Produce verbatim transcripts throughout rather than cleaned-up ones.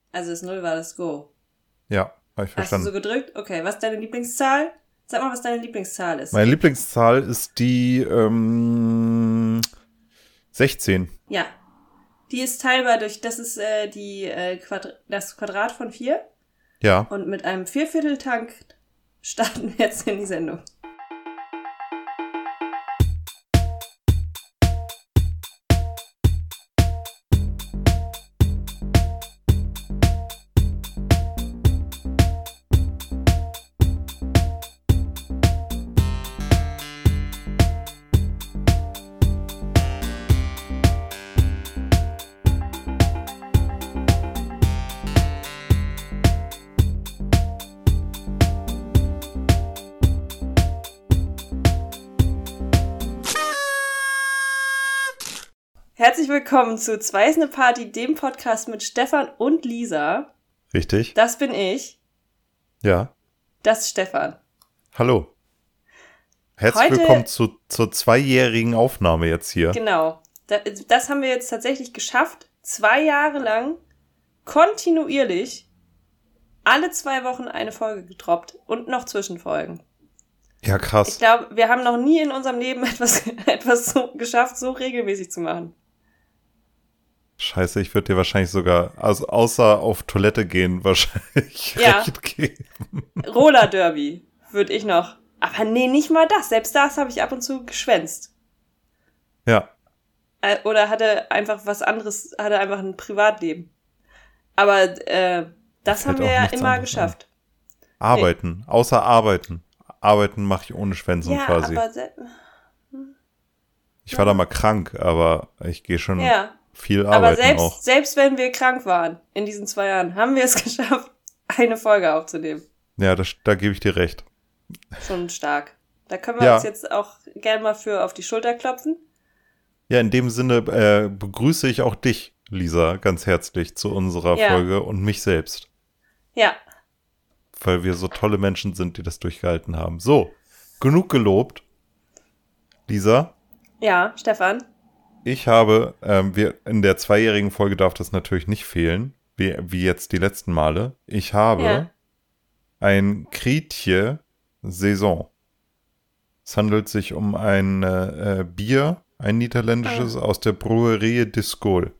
Also das Null war das Go. Ja, habe ich verstanden. Hast du so gedrückt? Okay, was ist deine Lieblingszahl? Sag mal, was deine Lieblingszahl ist. Meine Lieblingszahl ist die ähm, sechzehn. Ja, die ist teilbar durch, das ist äh, die, äh, Quadra- das Quadrat von vier. Ja. Und mit einem Viervierteltank starten wir jetzt in die Sendung. Herzlich willkommen zu Zwei ist eine Party, dem Podcast mit Stefan und Lisa. Richtig. Das bin ich. Ja. Das ist Stefan. Hallo. Herzlich Heute, willkommen zu, zur zweijährigen Aufnahme jetzt hier. Genau. Das, das haben wir jetzt tatsächlich geschafft. Zwei Jahre lang kontinuierlich alle zwei Wochen eine Folge getroppt und noch Zwischenfolgen. Ja, krass. Ich glaube, wir haben noch nie in unserem Leben etwas, etwas so geschafft, so regelmäßig zu machen. Scheiße, ich würde dir wahrscheinlich sogar, also außer auf Toilette gehen, wahrscheinlich Ja. recht geben. Roller Derby würde ich noch. Aber nee, nicht mal das. Selbst das habe ich ab und zu geschwänzt. Ja. Äh, Oder hatte einfach was anderes, hatte einfach ein Privatleben. Aber äh, das Fällt haben wir auch ja nichts immer anderes geschafft. Arbeiten, außer arbeiten. Arbeiten mache ich ohne Schwänzen Ja, quasi. aber se- Ich war da mal krank, aber ich gehe schon ja. viel Aber arbeiten selbst, auch. selbst wenn wir krank waren in diesen zwei Jahren, haben wir es geschafft, eine Folge aufzunehmen. Ja, das, da gebe ich dir recht. Schon stark. Da können wir Ja. uns jetzt auch gerne mal für auf die Schulter klopfen. Ja, in dem Sinne äh, begrüße ich auch dich, Lisa, ganz herzlich zu unserer Ja. Folge und mich selbst. Ja, Weil wir so tolle Menschen sind, die das durchgehalten haben. So, genug gelobt. Lisa, ja, Stefan. ich habe, ähm, wir in der zweijährigen Folge darf das natürlich nicht fehlen, wie, wie jetzt die letzten Male. Ich habe Ja. ein Krietje Saison. Es handelt sich um ein äh, Bier, ein niederländisches Ah. aus der Brouwerie de Skol.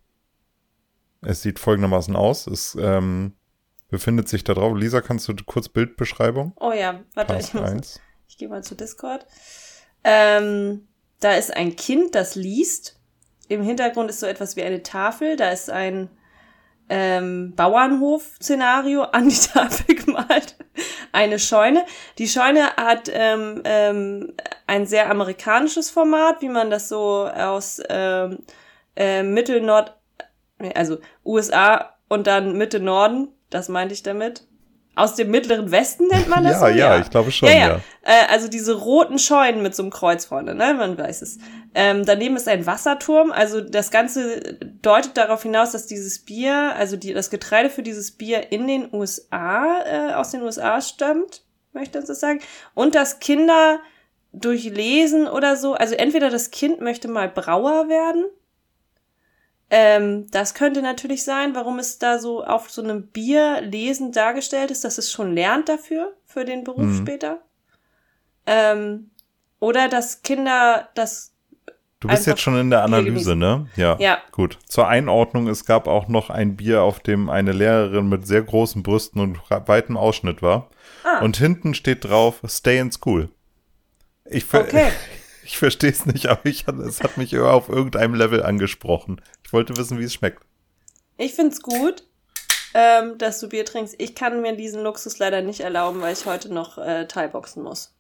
Es sieht folgendermaßen aus. Es ähm, befindet sich da drauf. Lisa, kannst du kurz Bildbeschreibung? Oh ja, warte, ich Task muss. eins. Ich gehe mal zu Discord. Ähm, da ist ein Kind, das liest. Im Hintergrund ist so etwas wie eine Tafel. Da ist ein ähm, Bauernhof-Szenario an die Tafel gemalt. Eine Scheune. Die Scheune hat ähm, ähm, ein sehr amerikanisches Format, wie man das so aus ähm, äh, Mittel-Nord, also U S A und dann Mitte-Norden, das meinte ich damit. Aus dem mittleren Westen nennt man das Ja, so? ja, ich glaube schon, ja. ja. ja. Äh, also diese roten Scheunen mit so einem Kreuz vorne, ne? Man weiß es. Ähm, daneben ist ein Wasserturm. Also das Ganze deutet darauf hinaus, dass dieses Bier, also die, das Getreide für dieses Bier in den U S A, äh, aus den U S A stammt, möchte ich das sagen. Und dass Kinder durch Lesen oder so, also entweder das Kind möchte mal Brauer werden. Ähm, das könnte natürlich sein, warum es da so auf so einem Bier lesend dargestellt ist, dass es schon lernt dafür, für den Beruf Mhm. später. Ähm, oder dass Kinder das, Du bist einfach jetzt schon in der Bier Analyse, genießen. ne? Ja. Ja. Gut. Zur Einordnung, es gab auch noch ein Bier, auf dem eine Lehrerin mit sehr großen Brüsten und weitem Ausschnitt war. ah, Und hinten steht drauf, stay in school. Ich, ver okay. ich verstehe es nicht, aber ich, es hat mich auf irgendeinem Level angesprochen. Ich wollte wissen, wie es schmeckt. Ich find's gut, ähm, dass du Bier trinkst. Ich kann mir diesen Luxus leider nicht erlauben, weil ich heute noch äh, Thai-Boxen muss.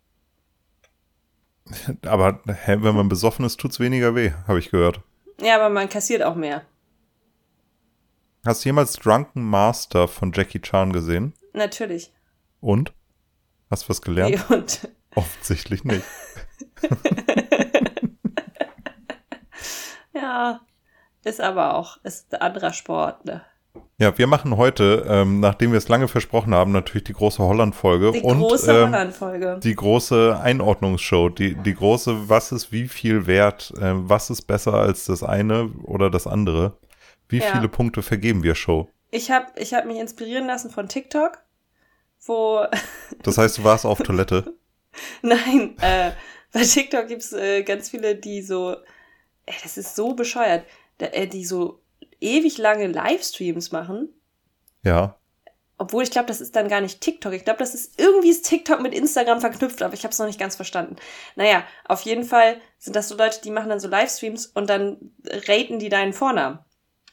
Aber hä, wenn man besoffen ist, tut's weniger weh, habe ich gehört. Ja, aber man kassiert auch mehr. Hast du jemals Drunken Master von Jackie Chan gesehen? Natürlich. Und? Hast du was gelernt? Wie und Offensichtlich nicht. ja, ist aber auch, ist ein anderer Sport, ne? Ja, wir machen heute, ähm, nachdem wir es lange versprochen haben, natürlich die große Holland-Folge. Die und, große ähm, Holland-Folge. Die große Einordnungsshow, die, die große, was ist wie viel wert, äh, was ist besser als das eine oder das andere. Wie Ja. viele Punkte vergeben wir Show? Ich habe ich hab mich inspirieren lassen von TikTok, wo... Das heißt, du warst auf Toilette? Nein, äh, bei TikTok gibt's äh, ganz viele, die so... Ey, das ist so bescheuert. Da, äh, die so ewig lange Livestreams machen. Ja. Obwohl, ich glaube, das ist dann gar nicht TikTok. Ich glaube, das ist irgendwie ist TikTok mit Instagram verknüpft, aber ich habe es noch nicht ganz verstanden. Naja, auf jeden Fall sind das so Leute, die machen dann so Livestreams und dann raten die deinen Vornamen.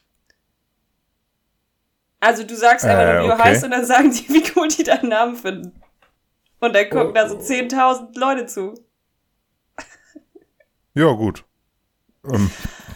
Also du sagst einfach Äh, nur, wie du okay. heißt und dann sagen die, wie cool die deinen Namen finden. Und dann gucken Oh. da so zehntausend Leute zu. Ja, gut. Ähm.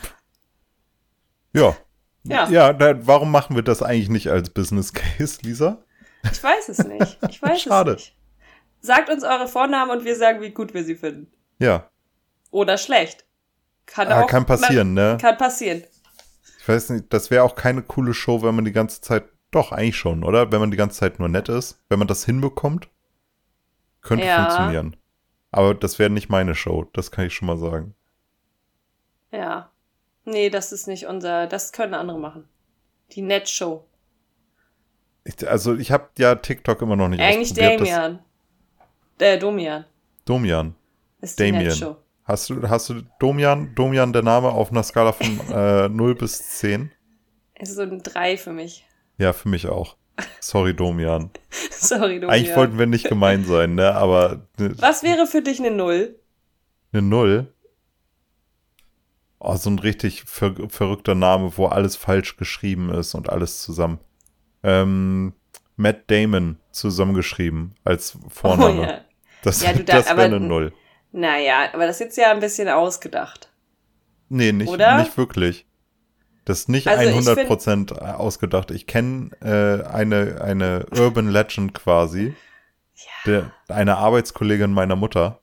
Ja. Ja. Ja, da, warum machen wir das eigentlich nicht als Business Case, Lisa? Ich weiß es nicht. Ich weiß Schade. es nicht. Sagt uns eure Vornamen und wir sagen, wie gut wir sie finden. Ja. Oder schlecht. Kann Ah, auch. kann passieren, ne? Kann passieren. Ich weiß nicht, das wäre auch keine coole Show, wenn man die ganze Zeit, doch, eigentlich schon, oder? Wenn man die ganze Zeit nur nett ist. Wenn man das hinbekommt, könnte Ja. funktionieren. Aber das wäre nicht meine Show, das kann ich schon mal sagen. Ja. Nee, das ist nicht unser, das können andere machen. Die Net-Show. Ich, also ich habe ja TikTok immer noch nicht Eigentlich ausprobiert. Damian. Äh, Domian. Das, Domian. Ist die Damien. Net-Show. Hast du, hast du Domian, Domian der Name auf einer Skala von äh, null bis zehn? Ist so ein drei für mich. Ja, für mich auch. Sorry, Domian. Sorry, Domian. Eigentlich wollten wir nicht gemein sein, ne? Aber ne, Was wäre für dich eine Null? eine Null. Oh, so ein richtig ver verrückter Name, wo alles falsch geschrieben ist und alles zusammen. Ähm, Matt Damon zusammengeschrieben als Vorname. Oh, ja. Das, Ja, du das darfst- wäre aber- eine Null. Naja, aber das ist jetzt ja ein bisschen ausgedacht. Nee, nicht, Oder? nicht wirklich. Das ist nicht Also ich hundert Prozent ausgedacht. Ich kenne äh, eine, eine Urban Legend quasi. Der, eine Arbeitskollegin meiner Mutter.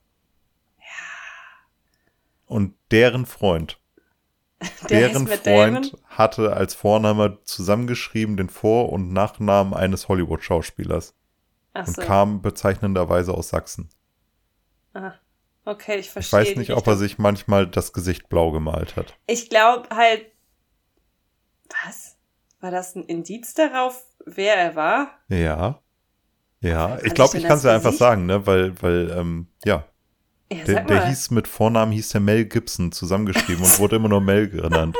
Und deren Freund. Der deren heißt Matt Freund Damon? hatte als Vorname zusammengeschrieben den Vor- und Nachnamen eines Hollywood-Schauspielers. Ach Und so. kam bezeichnenderweise aus Sachsen. Ah, okay, ich Ich verstehe. weiß die nicht, ob er Richtung. sich manchmal das Gesicht blau gemalt hat. Ich glaube halt. Was? War das ein Indiz darauf, wer er war? Ja. Ja, Kann ich ich glaube, denn ich kann es das ja einfach Gesicht? sagen, ne? Weil, weil, ähm, ja. Ja, Der, sag der mal. hieß mit Vornamen, hieß der Mel Gibson zusammengeschrieben und wurde immer nur Mel genannt.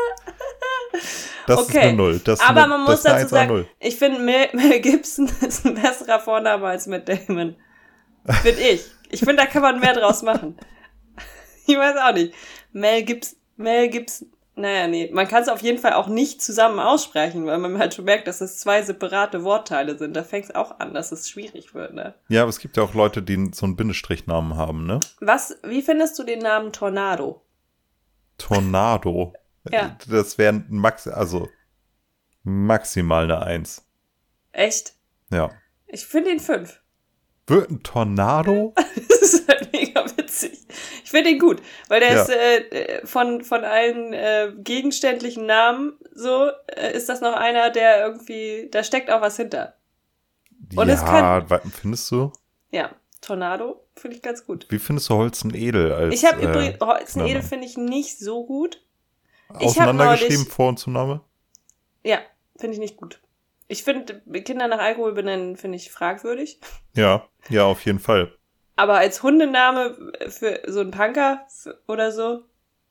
Das ist Okay, eine Null. Das ist aber eine, man das muss ist eine dazu eins A sagen, null. ich finde Mel, Mel Gibson ist ein besserer Vorname als Matt Damon. Finde ich. Ich finde, da kann man mehr draus machen. Ich weiß auch nicht. Mel Gibson, Mel Gibson. Naja, nee. Man kann es auf jeden Fall auch nicht zusammen aussprechen, weil man halt schon merkt, dass es zwei separate Wortteile sind. Da fängt es auch an, dass es schwierig wird, ne? Ja, aber es gibt ja auch Leute, die so einen Bindestrichnamen haben, ne? Was, wie findest du den Namen Tornado? Tornado. Ja. Das wäre max, also maximal eine Eins. Echt? Ja. Ich finde ihn fünf. Wird ein Tornado? Das ist halt mega witzig. Ich finde ihn gut, weil der Ja. ist äh, von, von allen äh, gegenständlichen Namen so, äh, ist das noch einer, der irgendwie, da steckt auch was hinter. Und ja, es kann- wa- findest du? Ja, Tornado finde ich ganz gut. Wie findest du Holzen Edel als Ich habe äh, übrigens, Holzen Edel Name? finde ich nicht so gut. ich hab auseinandergeschrieben, neulich- Vor- und Zunahme? Ja, finde ich nicht gut. Ich finde, Kinder nach Alkohol benennen, finde ich fragwürdig. Ja, ja, auf jeden Fall. Aber als Hundename für so einen Punker oder so,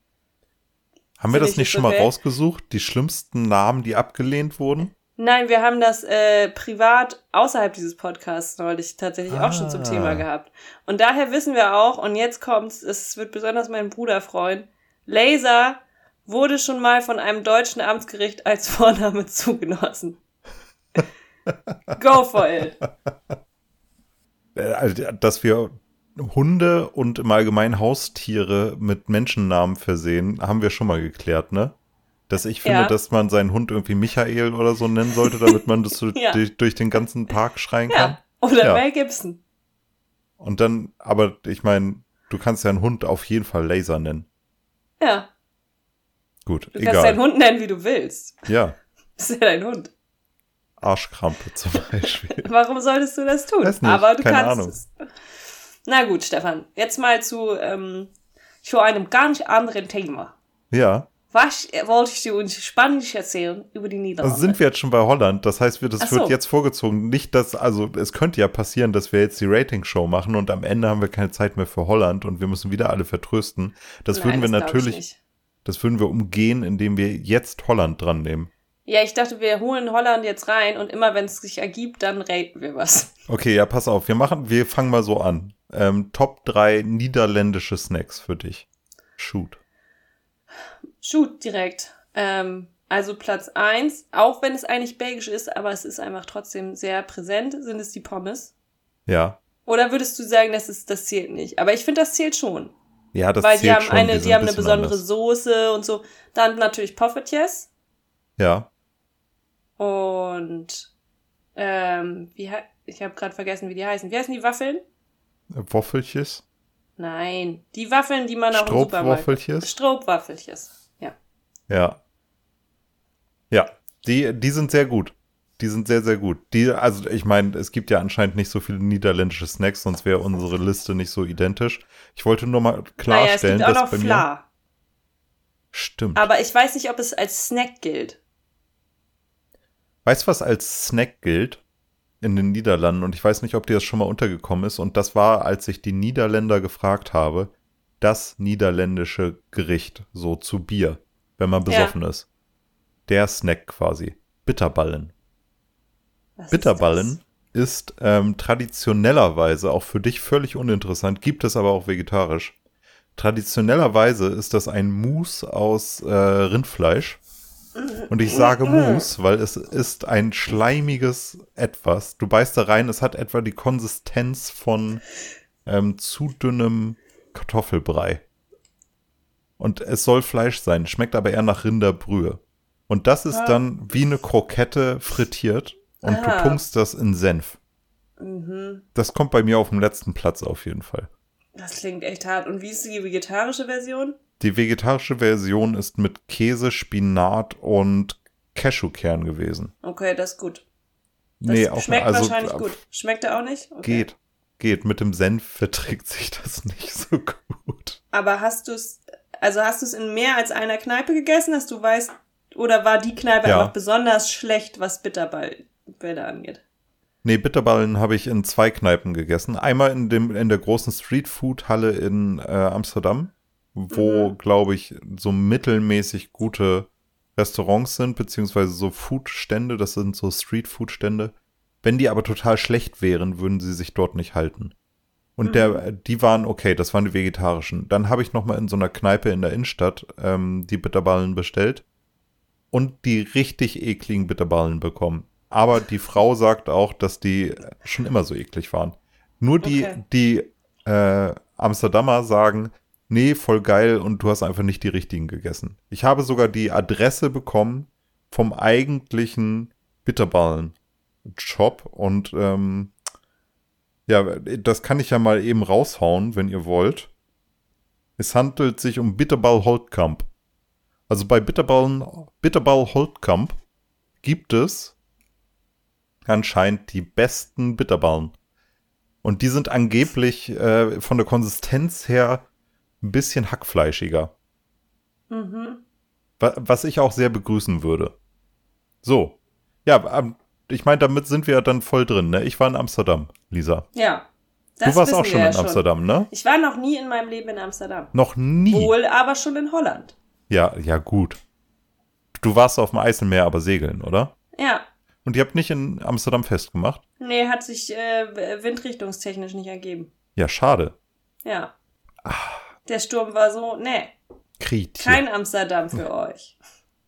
Haben wir Finde das ich nicht ist schon mal okay. rausgesucht? Die schlimmsten Namen, die abgelehnt wurden? nein, wir haben das äh, privat außerhalb dieses Podcasts neulich tatsächlich auch schon zum Ah. Thema gehabt. Und daher wissen wir auch, und jetzt kommt's, es wird besonders meinen Bruder freuen, Laser wurde schon mal von einem deutschen Amtsgericht als Vorname zugelassen. Go for it. Äh, also, dass wir Hunde und im Allgemeinen Haustiere mit Menschennamen versehen, haben wir schon mal geklärt, ne? Dass ich finde, Ja. dass man seinen Hund irgendwie Michael oder so nennen sollte, damit man das so Ja. durch, durch den ganzen Park schreien kann. Ja. Oder Ja. Mel Gibson. Und dann, aber ich meine, du kannst ja einen Hund auf jeden Fall Laser nennen. Ja. Gut, Du kannst deinen egal. Hund nennen, wie du willst. Ja, Das ist ja dein Hund. Arschkrampe zum Beispiel. Warum solltest du das tun? Weiß nicht, Aber du keine kannst Ahnung. es. Na gut, Stefan. Jetzt mal zu, ähm, zu einem ganz anderen Thema. Ja, Was wollte ich dir uns Spanisch erzählen über die Niederlande? Also sind wir jetzt schon bei Holland. Das heißt, wir, das Ach wird so. jetzt vorgezogen. Nicht, dass, also es könnte ja passieren, dass wir jetzt die Rating-Show machen und am Ende haben wir keine Zeit mehr für Holland und wir müssen wieder alle vertrösten. Das Nein, würden wir das glaub ich natürlich, nicht. das würden wir umgehen, indem wir jetzt Holland dran nehmen. Ja, ich dachte, wir holen Holland jetzt rein und immer, wenn es sich ergibt, dann raten wir was. Okay, ja, pass auf. Wir machen, wir fangen mal so an. Ähm, Top drei niederländische Snacks für dich. Shoot. Shoot direkt. Ähm, also Platz eins, auch wenn es eigentlich belgisch ist, aber es ist einfach trotzdem sehr präsent, sind es die Pommes. Ja. Oder würdest du sagen, das ist, das zählt nicht? Aber ich finde, das zählt schon. Ja, das Weil zählt die haben schon. eine, die die, sind haben ein eine bisschen besondere anders. Soße und so. Dann natürlich Poffertjes Ja. und ähm, wie he- ich habe gerade vergessen, wie die heißen. Wie heißen die Waffeln? Waffelches. Nein, die Waffeln, die man auch im Supermarkt... Stroopwaffelches. Stroopwaffelches, ja. Ja. Ja, die, die sind sehr gut. Die sind sehr, sehr gut. Die, also ich meine, es gibt ja anscheinend nicht so viele niederländische Snacks, sonst wäre unsere Liste nicht so identisch. Ich wollte nur mal klarstellen, naja, es gibt auch dass noch bei Fla. mir... Stimmt. Aber ich weiß nicht, ob es als Snack gilt. Weißt du, was als Snack gilt in den Niederlanden? Und ich weiß nicht, ob dir das schon mal untergekommen ist. Und das war, als ich die Niederländer gefragt habe, das niederländische Gericht, so zu Bier, wenn man besoffen Ja. ist. Der Snack quasi. Bitterballen. Was Bitterballen ist ist ähm, traditionellerweise, auch für dich völlig uninteressant, gibt es aber auch vegetarisch. Traditionellerweise ist das ein Mousse aus äh, Rindfleisch. Und ich sage Mousse, weil es ist ein schleimiges Etwas. Du beißt da rein, es hat etwa die Konsistenz von ähm, zu dünnem Kartoffelbrei. Und es soll Fleisch sein, schmeckt aber eher nach Rinderbrühe. Und das ist Ah. dann wie eine Krokette frittiert und Ah. du tunkst das in Senf. das? Mhm. Das kommt bei mir auf dem letzten Platz auf jeden Fall. Das klingt echt hart. Und wie ist die vegetarische Version? Die vegetarische Version ist mit Käse, Spinat und Cashewkern gewesen. Okay, das ist gut. Das Nee, auch schmeckt also, wahrscheinlich äh, gut. Schmeckt er auch nicht? Okay. Geht, geht. Mit dem Senf verträgt sich das nicht so gut. Aber hast du es, also hast du es in mehr als einer Kneipe gegessen, dass du weißt, oder war die Kneipe Ja. einfach besonders schlecht, was Bitterbälle angeht? Nee, Bitterballen habe ich in zwei Kneipen gegessen. Einmal in dem in der großen Streetfood-Halle in äh, Amsterdam, wo, Mhm. glaube ich, so mittelmäßig gute Restaurants sind, beziehungsweise so Foodstände, das sind so Streetfood-Stände. Wenn die aber total schlecht wären, würden sie sich dort nicht halten. Und Mhm. der, die waren okay, das waren die vegetarischen. Dann habe ich noch mal in so einer Kneipe in der Innenstadt ähm, die Bitterballen bestellt und die richtig ekligen Bitterballen bekommen. Aber die Frau sagt auch, dass die schon immer so eklig waren. Nur die, Okay. die äh, Amsterdamer sagen, nee, voll geil und du hast einfach nicht die richtigen gegessen. Ich habe sogar die Adresse bekommen vom eigentlichen Bitterballen-Shop und ähm, ja, das kann ich ja mal eben raushauen, wenn ihr wollt. Es handelt sich um Bitterball Holtkamp. Also bei Bitterballen, Bitterball Holtkamp gibt es anscheinend die besten Bitterballen. Und die sind angeblich äh, von der Konsistenz her ein bisschen hackfleischiger. Mhm. Wa- Was ich auch sehr begrüßen würde. So. Ja, ähm, ich meine, damit sind wir ja dann voll drin, ne? Ich war in Amsterdam, Lisa. Ja. Das Du warst wissen auch wir schon ja in Amsterdam, ne? Ich war noch nie in meinem Leben in Amsterdam. Noch nie. Wohl aber schon in Holland. Ja, ja, gut. Du warst auf dem Eiselmeer aber segeln, oder? Ja. Und ihr habt nicht in Amsterdam festgemacht? Nee, hat sich äh, windrichtungstechnisch nicht ergeben. Ja, schade. Ja. Der Sturm war so, nee, Krieg. kein Amsterdam für euch.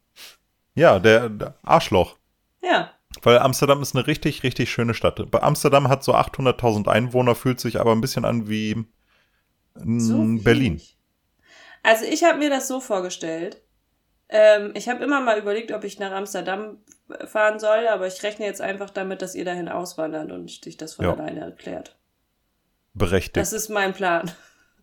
Ja, der, der Arschloch. Ja. Weil Amsterdam ist eine richtig, richtig schöne Stadt. Bei Amsterdam hat so achthunderttausend Einwohner, fühlt sich aber ein bisschen an wie mm, So wenig. Berlin. Also ich habe mir das so vorgestellt. Ähm, ich habe immer mal überlegt, ob ich nach Amsterdam fahren soll, aber ich rechne jetzt einfach damit, dass ihr dahin auswandert und sich das von Ja. alleine erklärt. Berechtigt. Das ist mein Plan.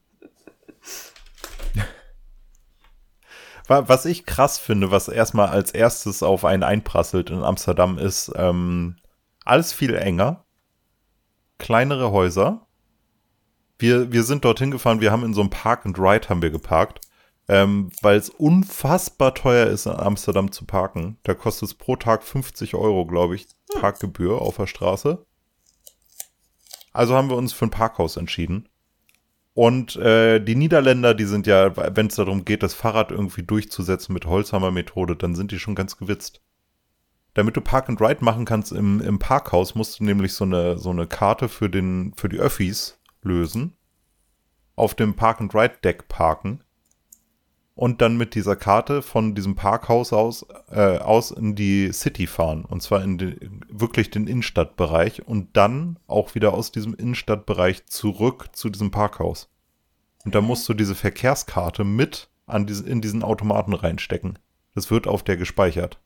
Wa- Was ich krass finde, was erstmal als erstes auf einen einprasselt in Amsterdam, ist ähm, alles viel enger, kleinere Häuser. Wir, wir sind dorthin gefahren, wir haben in so einem Park and Ride haben wir geparkt ähm, weil es unfassbar teuer ist, in Amsterdam zu parken. Da kostet es pro Tag fünfzig Euro, glaube ich, Parkgebühr auf der Straße. Also haben wir uns für ein Parkhaus entschieden. Und äh, die Niederländer, die sind ja, wenn es darum geht, das Fahrrad irgendwie durchzusetzen mit Holzhammer-Methode, dann sind die schon ganz gewitzt. Damit du Park and Ride machen kannst im, im Parkhaus, musst du nämlich so eine, so eine Karte für, den, für die Öffis lösen, auf dem Park and Ride Deck parken und dann mit dieser Karte von diesem Parkhaus aus, äh, aus in die City fahren. Und zwar in den, wirklich den Innenstadtbereich und dann auch wieder aus diesem Innenstadtbereich zurück zu diesem Parkhaus. Und da musst du diese Verkehrskarte mit an diese, in diesen Automaten reinstecken. Das wird auf der gespeichert.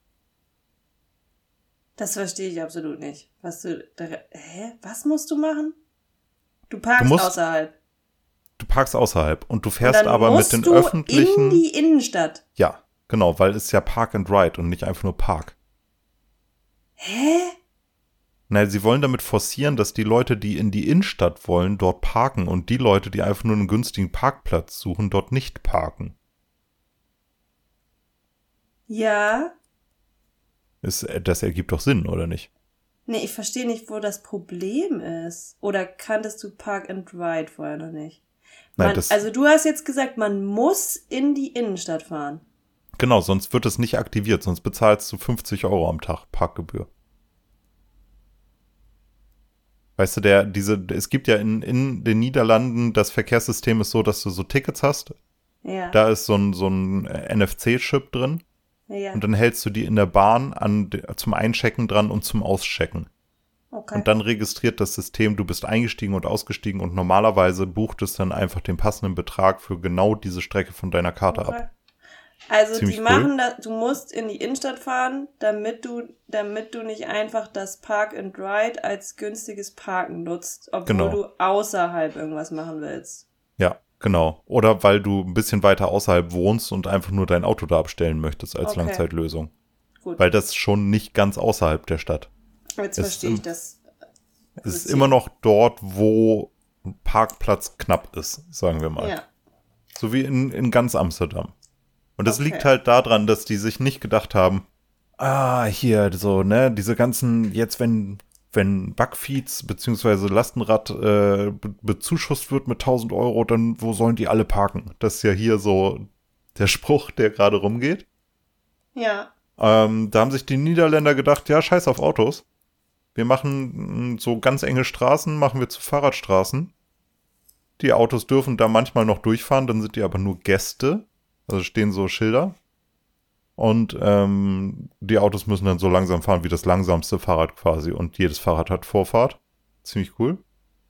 Das verstehe ich absolut nicht. Was du, da, hä? Was musst du machen? Du parkst Du musst- außerhalb. Du parkst außerhalb und du Und fährst dann aber mit musst den du öffentlichen... in die Innenstadt. Ja, genau, weil es ja Park and Ride und nicht einfach nur Park. Hä? Nein, sie wollen damit forcieren, dass die Leute, die in die Innenstadt wollen, dort parken und die Leute, die einfach nur einen günstigen Parkplatz suchen, dort nicht parken. Ja. Ist, äh, das ergibt doch Sinn, oder nicht? Nee, ich verstehe nicht, wo das Problem ist. Oder kanntest du Park and Ride vorher noch nicht? Nein, Man, das, also du hast jetzt gesagt, man muss in die Innenstadt fahren. genau, sonst wird es nicht aktiviert, sonst bezahlst du fünfzig Euro am Tag Parkgebühr. Weißt du, der, diese, es gibt ja in, in den Niederlanden, das Verkehrssystem ist so, dass du so Tickets hast. Ja. Da ist so ein, so ein N F C-Chip drin. ja. Und dann hältst du die in der Bahn an, zum Einchecken dran und zum Auschecken. Okay. Und dann registriert das System, du bist eingestiegen und ausgestiegen und normalerweise bucht es dann einfach den passenden Betrag für genau diese Strecke von deiner Karte okay. ab. Also Ziemlich die cool. machen das, du musst in die Innenstadt fahren, damit du, damit du nicht einfach das Park and Ride als günstiges Parken nutzt, obwohl Genau. du außerhalb irgendwas machen willst. Ja, genau. Oder weil du ein bisschen weiter außerhalb wohnst und einfach nur dein Auto da abstellen möchtest als Okay. Langzeitlösung. Gut, Weil das schon nicht ganz außerhalb der Stadt. jetzt es verstehe ich im- das. Es ist Prinzip. immer noch dort, wo ein Parkplatz knapp ist, sagen wir mal. Ja. So wie in, in ganz Amsterdam. Und das Okay. liegt halt daran, dass die sich nicht gedacht haben, ah, hier, so, ne, diese ganzen, jetzt wenn, wenn Bugfeeds beziehungsweise Lastenrad äh, be- bezuschusst wird mit tausend Euro, dann wo sollen die alle parken? Das ist ja hier so der Spruch, der gerade rumgeht. Ja. Ähm, da haben sich die Niederländer gedacht, ja, scheiß auf Autos. Wir machen mh, so ganz enge Straßen, machen wir zu Fahrradstraßen. Die Autos dürfen da manchmal noch durchfahren, dann sind die aber nur Gäste. Also stehen so Schilder. Und ähm, die Autos müssen dann so langsam fahren wie das langsamste Fahrrad quasi. Und jedes Fahrrad hat Vorfahrt. Ziemlich cool.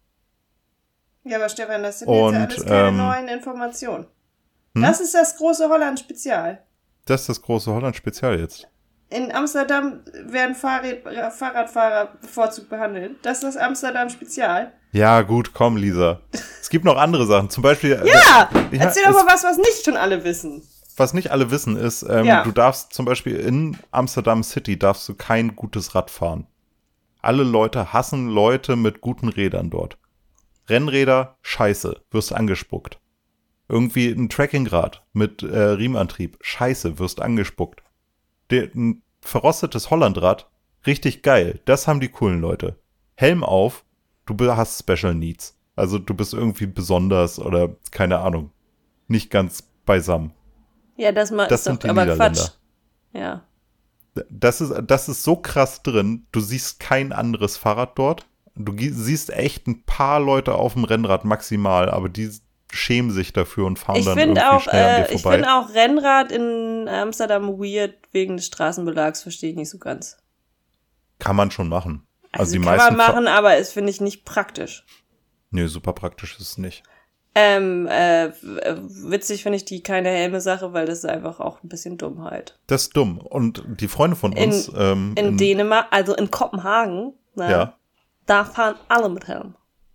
Ja, aber Stefan, das sind Und, jetzt ja alles keine ähm, neuen Informationen. Hm? Das ist das große Holland-Spezial. Das ist das große Holland-Spezial jetzt. In Amsterdam werden Fahrrad, Fahrradfahrer bevorzugt behandelt. Das ist das Amsterdam-Spezial. Ja, gut, komm, Lisa. Es gibt noch andere Sachen. Zum Beispiel. Ja! Ja, Erzähl doch es- mal was, was nicht schon alle wissen. Was nicht alle wissen ist, ähm, Ja. du darfst zum Beispiel in Amsterdam City darfst du kein gutes Rad fahren. Alle Leute hassen Leute mit guten Rädern dort. Rennräder, scheiße, wirst angespuckt. Irgendwie ein Trekkingrad mit äh, Riemenantrieb, scheiße, wirst angespuckt. Der, ein verrostetes Hollandrad, richtig geil, das haben die coolen Leute. Helm auf, du be- hast Special Needs. Also du bist irgendwie besonders oder keine Ahnung, nicht ganz beisammen. Ja, das mal Das ist sind doch die aber Niederländer. Quatsch. Ja. Das ist, das ist so krass drin, du siehst kein anderes Fahrrad dort. Du gie- siehst echt ein paar Leute auf dem Rennrad maximal, aber die schämen sich dafür und fahren Ich dann irgendwie finde auch, schnell an äh, dir ich vorbei. finde auch Rennrad in Amsterdam weird wegen des Straßenbelags, verstehe ich nicht so ganz. Kann man schon machen. Also, Also, die kann meisten man machen, aber es finde ich nicht praktisch. Nee, super praktisch ist es nicht. Ähm, äh, w- äh, witzig finde ich die keine Helme-Sache, weil das ist einfach auch ein bisschen Dummheit. Das ist dumm. Und die Freunde von In- uns ähm, In, Dänemark, also in Kopenhagen, ne, ja, da fahren alle mit Helm.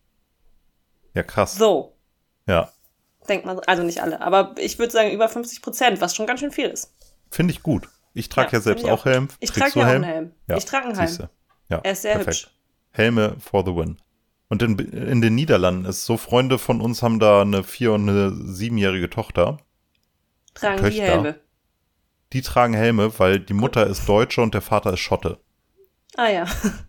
ja krass. So, Ja, denkt man, also nicht alle, aber ich würde sagen über fünfzig Prozent, was schon ganz schön viel ist. finde ich gut. Ich trage ja, Ja, selbst find ich auch auch gut. Helm. Ich Trägst trage du ja auch Helm? einen Helm. Ja, Ich trage einen Helm. siehste. Ja, Er ist sehr perfekt. hübsch. Helme for the win. Und in, in den Niederlanden ist so, Freunde von uns haben da eine vier- und eine siebenjährige Tochter. tragen Töchter, die Helme. Die tragen Helme, weil die Mutter ist Deutsche und der Vater ist Schotte. Ah ja.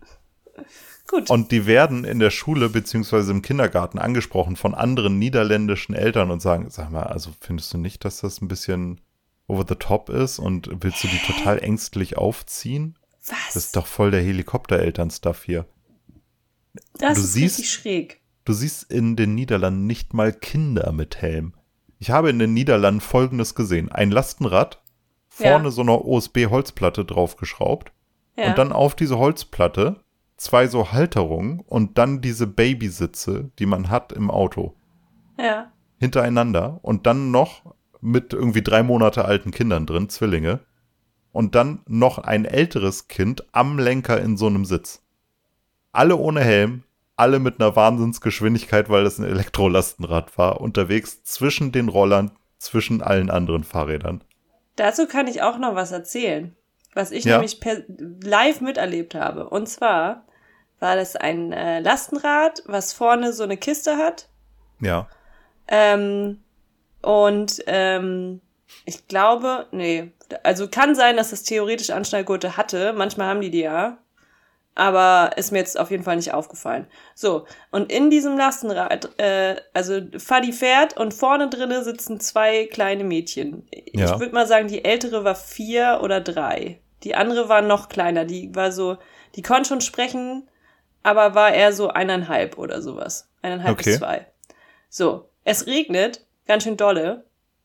Gut. Und die werden in der Schule beziehungsweise im Kindergarten angesprochen von anderen niederländischen Eltern und sagen, sag mal, also findest du nicht, dass das ein bisschen over the top ist und willst du die total ängstlich aufziehen? Was? Das ist doch voll der Helikopter-Eltern-Stuff hier. Das du ist siehst, richtig schräg. Du siehst in den Niederlanden nicht mal Kinder mit Helm. Ich habe in den Niederlanden Folgendes gesehen. Ein Lastenrad, vorne Ja. so eine O S B-Holzplatte draufgeschraubt Ja. und dann auf diese Holzplatte zwei so Halterungen und dann diese Babysitze, die man hat im Auto, Ja. hintereinander und dann noch mit irgendwie drei Monate alten Kindern drin, Zwillinge, und dann noch ein älteres Kind am Lenker in so einem Sitz. Alle ohne Helm, alle mit einer Wahnsinnsgeschwindigkeit, weil das ein Elektrolastenrad war, unterwegs zwischen den Rollern, zwischen allen anderen Fahrrädern. Dazu kann ich auch noch was erzählen, was ich Ja. nämlich per live miterlebt habe. Und zwar war das ein äh, Lastenrad, was vorne so eine Kiste hat. Ja. Ähm, und ähm, ich glaube, nee, also kann sein, dass es theoretisch Anschnallgurte hatte. Manchmal haben die die ja. Aber ist mir jetzt auf jeden Fall nicht aufgefallen. So, und in diesem Lastenrad, äh, also Fadi fährt und vorne drinne sitzen zwei kleine Mädchen. Ja. Ich würde mal sagen, die ältere war vier oder drei. Die andere war noch kleiner. Die war so, die konnte schon sprechen, aber war eher so eineinhalb oder sowas. Eineinhalb Okay. bis zwei. So, es regnet, ganz schön dolle.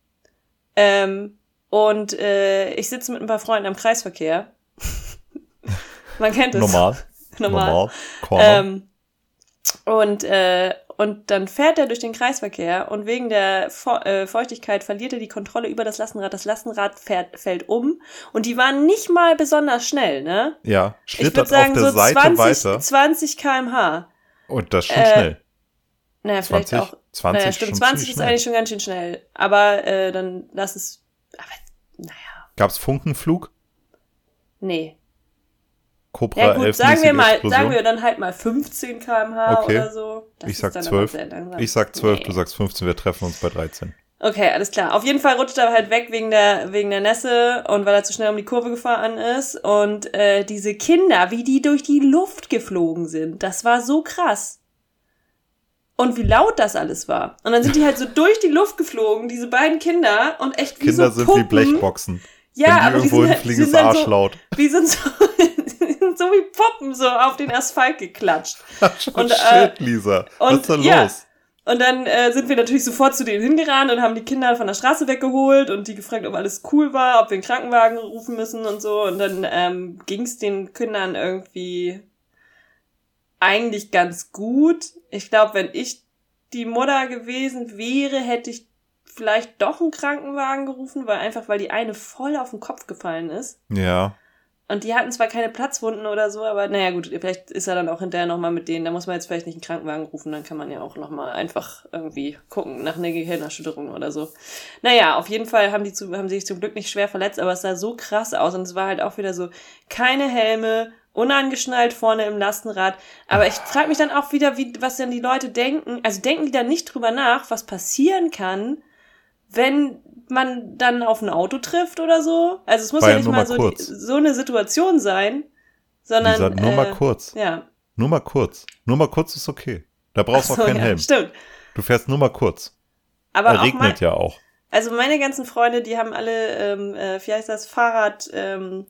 Ähm, und äh, ich sitze mit ein paar Freunden am Kreisverkehr. Man kennt es. Normal. Normal. Normal. Corner. Ähm, und, äh, und dann fährt er durch den Kreisverkehr und wegen der Fe- äh, Feuchtigkeit verliert er die Kontrolle über das Lastenrad. Das Lastenrad fährt, fällt um und die waren nicht mal besonders schnell, ne? ja, Ich würde schlittert sagen auf der so Seite zwanzig, weiter. zwanzig Kilometer pro Stunde. Und das ist schon äh, schnell. Naja, vielleicht zwanzig, auch. zwanzig naja, ist stimmt, schon zwanzig ziemlich ist schnell. eigentlich schon ganz schön schnell. Aber äh, dann lass es. Aber, naja, Gab's Funkenflug? nee. Cobra Ja gut, elf sagen wir mal, Explosion? sagen wir dann halt mal fünfzehn Kilometer pro Stunde Okay. oder so. Das Ich ist sag dann aber zwölf. sehr langsam. Ich sag zwölf, Nee. du sagst fünfzehn, wir treffen uns bei dreizehn. Okay, alles klar. Auf jeden Fall rutscht er halt weg wegen der, wegen der Nässe und weil er zu schnell um die Kurve gefahren ist. Und äh, diese Kinder, wie die durch die Luft geflogen sind, das war so krass. Und wie laut das alles war. Und dann sind die halt so durch die Luft geflogen, diese beiden Kinder, und echt wie Kinder so sind Puppen. wie Blechboxen. Ja, Wenn die aber die irgendwo sind, halt- hinfliegen, die ist sind dann arschlaut. so, die sind so, die sind so wie Puppen so auf den Asphalt geklatscht. Und, Und, äh, shit, Lisa. Was und ist da ja. los? Und dann äh, sind wir natürlich sofort zu denen hingerannt und haben die Kinder von der Straße weggeholt und die gefragt, ob alles cool war, ob wir einen Krankenwagen rufen müssen und so. Und dann ähm, ging es den Kindern irgendwie eigentlich ganz gut. Ich glaube, wenn ich die Mutter gewesen wäre, hätte ich vielleicht doch einen Krankenwagen gerufen, weil einfach, weil die eine voll auf den Kopf gefallen ist. Ja. Und die hatten zwar keine Platzwunden oder so, aber naja gut, vielleicht ist er dann auch hinterher nochmal mit denen, da muss man jetzt vielleicht nicht einen Krankenwagen rufen, dann kann man ja auch nochmal einfach irgendwie gucken nach einer Gehirnerschütterung oder so. Naja, auf jeden Fall haben die zu, haben sie sich zum Glück nicht schwer verletzt, aber es sah so krass aus und es war halt auch wieder so, keine Helme, unangeschnallt vorne im Lastenrad, aber ich frage mich dann auch wieder, wie, was denn die Leute denken, also denken die dann nicht drüber nach, was passieren kann, wenn man dann auf ein Auto trifft oder so. Also es muss War ja ja nicht nur mal mal so, die, kurz. so eine Situation sein, sondern Lisa, nur äh, mal kurz. Ja. Nur mal kurz. Nur mal kurz ist okay. Da brauchst du Ach so, auch keinen ja, Helm. Stimmt. Du fährst nur mal kurz. Aber Er auch mal, regnet ja auch. also meine ganzen Freunde, die haben alle, ähm, äh, wie heißt das, Fahrrad, ähm,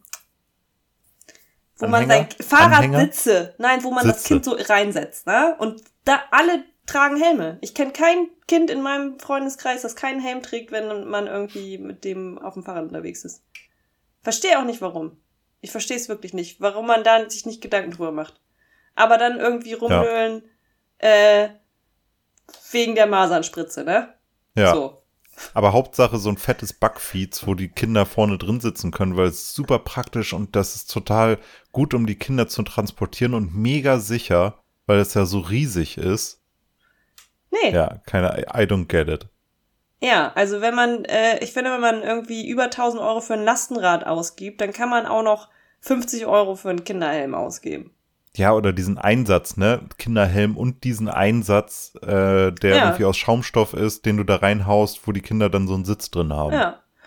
wo man Anhänger? sein Fahrradsitze, nein, wo man das Sitze. Kind so reinsetzt, ne? Und da alle tragen Helme. Ich kenne kein Kind in meinem Freundeskreis, das keinen Helm trägt, wenn man irgendwie mit dem auf dem Fahrrad unterwegs ist. Verstehe auch nicht, warum. Ich verstehe es wirklich nicht, warum man da sich nicht Gedanken drüber macht. Aber dann irgendwie rumnölen, äh, wegen der Masernspritze, ne? Ja. So. Aber Hauptsache so ein fettes Backfeeds, wo die Kinder vorne drin sitzen können, weil es super praktisch und das ist total gut, um die Kinder zu transportieren und mega sicher, weil es ja so riesig ist. Nee. Ja, keine, I don't get it. Ja, also wenn man, äh, ich finde, wenn man irgendwie über tausend Euro für ein Lastenrad ausgibt, dann kann man auch noch fünfzig Euro für einen Kinderhelm ausgeben. Ja, oder diesen Einsatz, ne? Kinderhelm und diesen Einsatz, äh, der Ja. irgendwie aus Schaumstoff ist, den du da reinhaust, wo die Kinder dann so einen Sitz drin haben. Ja.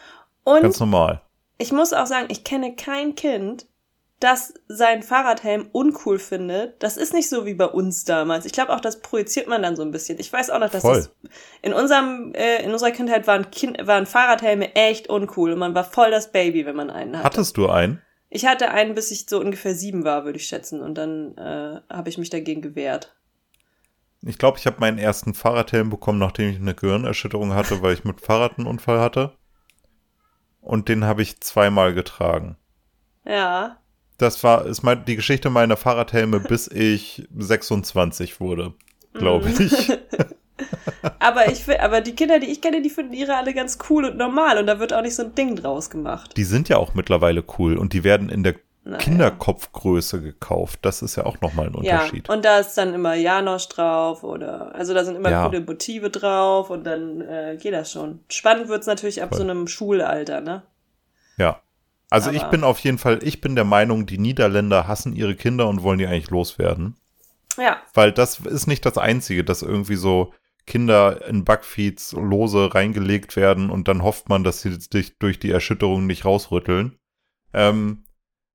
Und ganz normal. Ich muss auch sagen, ich kenne kein Kind, das seinen Fahrradhelm uncool findet. Das ist nicht so wie bei uns damals. Ich glaube auch, das projiziert man dann so ein bisschen. Ich weiß auch noch, dass Voll. das in unserem äh, in unserer Kindheit waren, kind, waren Fahrradhelme echt uncool und man war voll das Baby, wenn man einen hatte. Hattest du einen? Ich hatte einen, bis ich so ungefähr sieben war, würde ich schätzen. Und dann äh, habe ich mich dagegen gewehrt. Ich glaube, ich habe meinen ersten Fahrradhelm bekommen, nachdem ich eine Gehirnerschütterung hatte, weil ich mit Fahrrad einen Unfall hatte. Und den habe ich zweimal getragen. Ja. Das war ist mein, die Geschichte meiner Fahrradhelme, bis ich sechsundzwanzig wurde, glaube ich. aber ich will, aber die Kinder, die ich kenne, die finden ihre alle ganz cool und normal. Und da wird auch nicht so ein Ding draus gemacht. Die sind ja auch mittlerweile cool und die werden in der Naja. Kinderkopfgröße gekauft. Das ist ja auch nochmal ein Unterschied. Ja, und da ist dann immer Janosch drauf oder, also da sind immer Ja. coole Motive drauf und dann äh, geht das schon. Spannend wird's natürlich ab Voll. so einem Schulalter, ne? Ja. Also Aber- ich bin auf jeden Fall, ich bin der Meinung, die Niederländer hassen ihre Kinder und wollen die eigentlich loswerden. Ja, Weil das ist nicht das Einzige, dass irgendwie so Kinder in Backfeeds lose reingelegt werden und dann hofft man, dass sie sich durch die Erschütterung nicht rausrütteln. Ähm,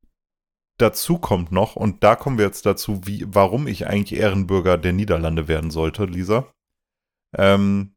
dazu kommt noch, und da kommen wir jetzt dazu, wie, warum ich eigentlich Ehrenbürger der Niederlande werden sollte, Lisa. Ähm,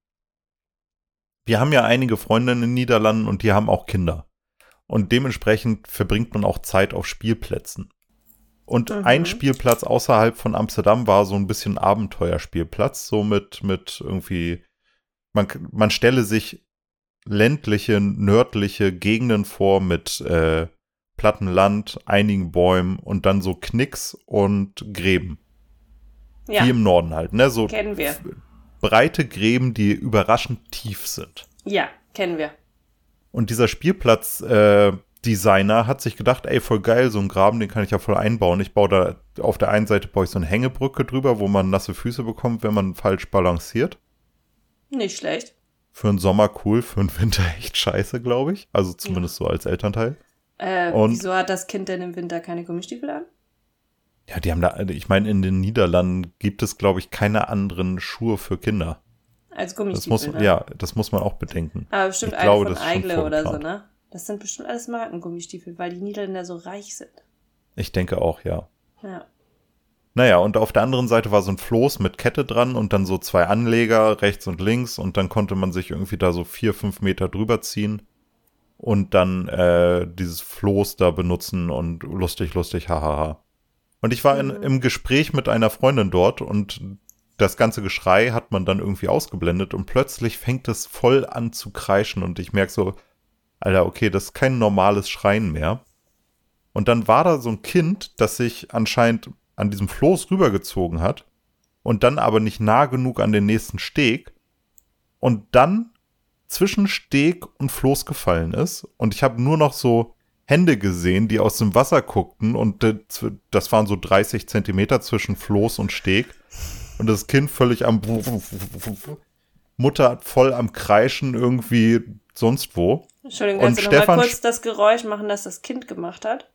wir haben ja einige Freunde in den Niederlanden und die haben auch Kinder. Und dementsprechend verbringt man auch Zeit auf Spielplätzen. Und Mhm. ein Spielplatz außerhalb von Amsterdam war so ein bisschen Abenteuerspielplatz, so mit, mit irgendwie, man, man stelle sich ländliche, nördliche Gegenden vor mit äh, plattem Land, einigen Bäumen und dann so Knicks und Gräben. ja, Wie im Norden halt, ne? So kennen wir. f- breite Gräben, die überraschend tief sind. Ja, kennen wir. Und dieser Spielplatz-Designer hat sich gedacht, ey, voll geil, so ein Graben, den kann ich ja voll einbauen. Ich baue da, auf der einen Seite baue ich so eine Hängebrücke drüber, wo man nasse Füße bekommt, wenn man falsch balanciert. Nicht schlecht. Für den Sommer cool, für den Winter echt scheiße, glaube ich. Also zumindest so als Elternteil. Äh, Und- wieso hat das Kind denn im Winter keine Gummistiefel an? Ja, die haben da, ich meine, in den Niederlanden gibt es, glaube ich, keine anderen Schuhe für Kinder. Als Das Gummistiefel, muss, ne? ja, das muss man auch bedenken. Aber bestimmt Ich eine glaube, von das ist schon Eigle oder so, vorgeplant. ne? Das sind bestimmt alles Markengummistiefel, weil die Niederländer so reich sind. Ich denke auch, ja. Ja. Naja, und auf der anderen Seite war so ein Floß mit Kette dran und dann so zwei Anleger rechts und links und dann konnte man sich irgendwie da so vier, fünf Meter drüber ziehen und dann äh, dieses Floß da benutzen und lustig, lustig, hahaha. Und ich war in, Mhm. im Gespräch mit einer Freundin dort und das ganze Geschrei hat man dann irgendwie ausgeblendet und plötzlich fängt es voll an zu kreischen und ich merke so, Alter, okay, das ist kein normales Schreien mehr. Und dann war da so ein Kind, das sich anscheinend an diesem Floß rübergezogen hat und dann aber nicht nah genug an den nächsten Steg und dann zwischen Steg und Floß gefallen ist. Und ich habe nur noch so Hände gesehen, die aus dem Wasser guckten und äh, zw- das waren so dreißig Zentimeter zwischen Floß und Steg. Und das Kind völlig am Mutter voll am Kreischen irgendwie sonst wo. Entschuldigung, Und kannst du noch mal Stefan kurz das Geräusch machen, das das Kind gemacht hat?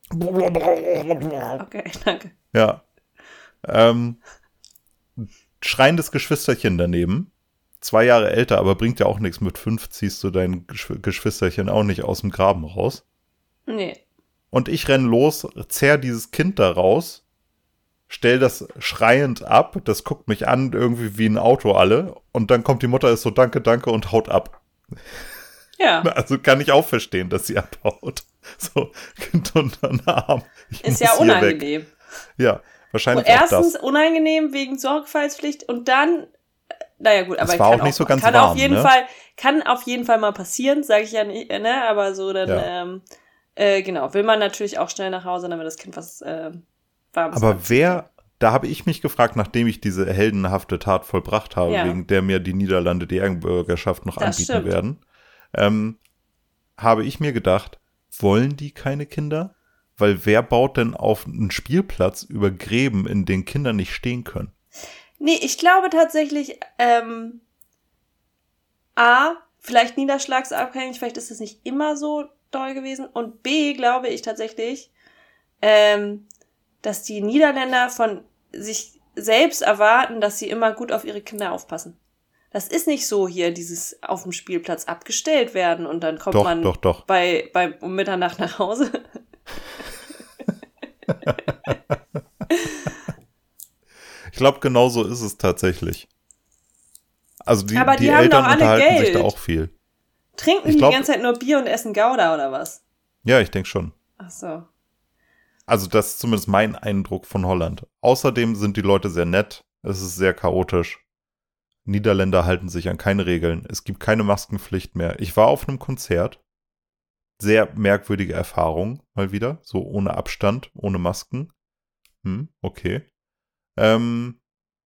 Okay, danke. Ja. Ähm, schreiendes Geschwisterchen daneben. Zwei Jahre älter, aber bringt ja auch nichts. Mit fünf ziehst du dein Geschw- Geschwisterchen auch nicht aus dem Graben raus. Nee. Und ich renn los, zerr dieses Kind da raus, stell das schreiend ab, das guckt mich an, irgendwie wie ein Auto alle. Und dann kommt die Mutter, ist so danke, danke und haut ab. Ja, Also kann ich auch verstehen, dass sie abhaut. So, Kind unter den Arm. Ich ist muss ja hier unangenehm. Weg. Ja, wahrscheinlich Und auch erstens das. unangenehm wegen Sorgfaltspflicht und dann, äh, naja gut, aber Es war kann auch nicht so ganz kann warm, auf jeden ne? Fall, kann auf jeden Fall mal passieren, sage ich ja nicht, äh, ne, aber so dann, Ja. ähm, äh, genau, will man natürlich auch schnell nach Hause, damit das Kind was äh, Warmes Aber anzieht. wer, da habe ich mich gefragt, nachdem ich diese heldenhafte Tat vollbracht habe, Ja. wegen der mir die Niederlande die Ehrenbürgerschaft noch Das anbieten stimmt. werden, ähm, habe ich mir gedacht, wollen die keine Kinder? Weil wer baut denn auf einen Spielplatz über Gräben, in denen Kinder nicht stehen können? Nee, ich glaube tatsächlich, ähm, A, vielleicht niederschlagsabhängig, vielleicht ist es nicht immer so doll gewesen. Und B, glaube ich tatsächlich, ähm, dass die Niederländer von sich selbst erwarten, dass sie immer gut auf ihre Kinder aufpassen. Das ist nicht so hier, dieses auf dem Spielplatz abgestellt werden und dann kommt doch, man doch, doch. Bei, bei um Mitternacht nach Hause. Ich glaube, genau so ist es tatsächlich. Also die, Aber die die haben Eltern doch alle unterhalten Geld. sich da auch viel. Trinken Ich die glaub- die ganze Zeit nur Bier und essen Gouda oder was? Ja, ich denke schon. Ach so. Also das ist zumindest mein Eindruck von Holland. Außerdem sind die Leute sehr nett. Es ist sehr chaotisch. Niederländer halten sich an keine Regeln. Es gibt keine Maskenpflicht mehr. Ich war auf einem Konzert. Sehr merkwürdige Erfahrung, mal wieder. So ohne Abstand, ohne Masken. Hm, okay. Ähm,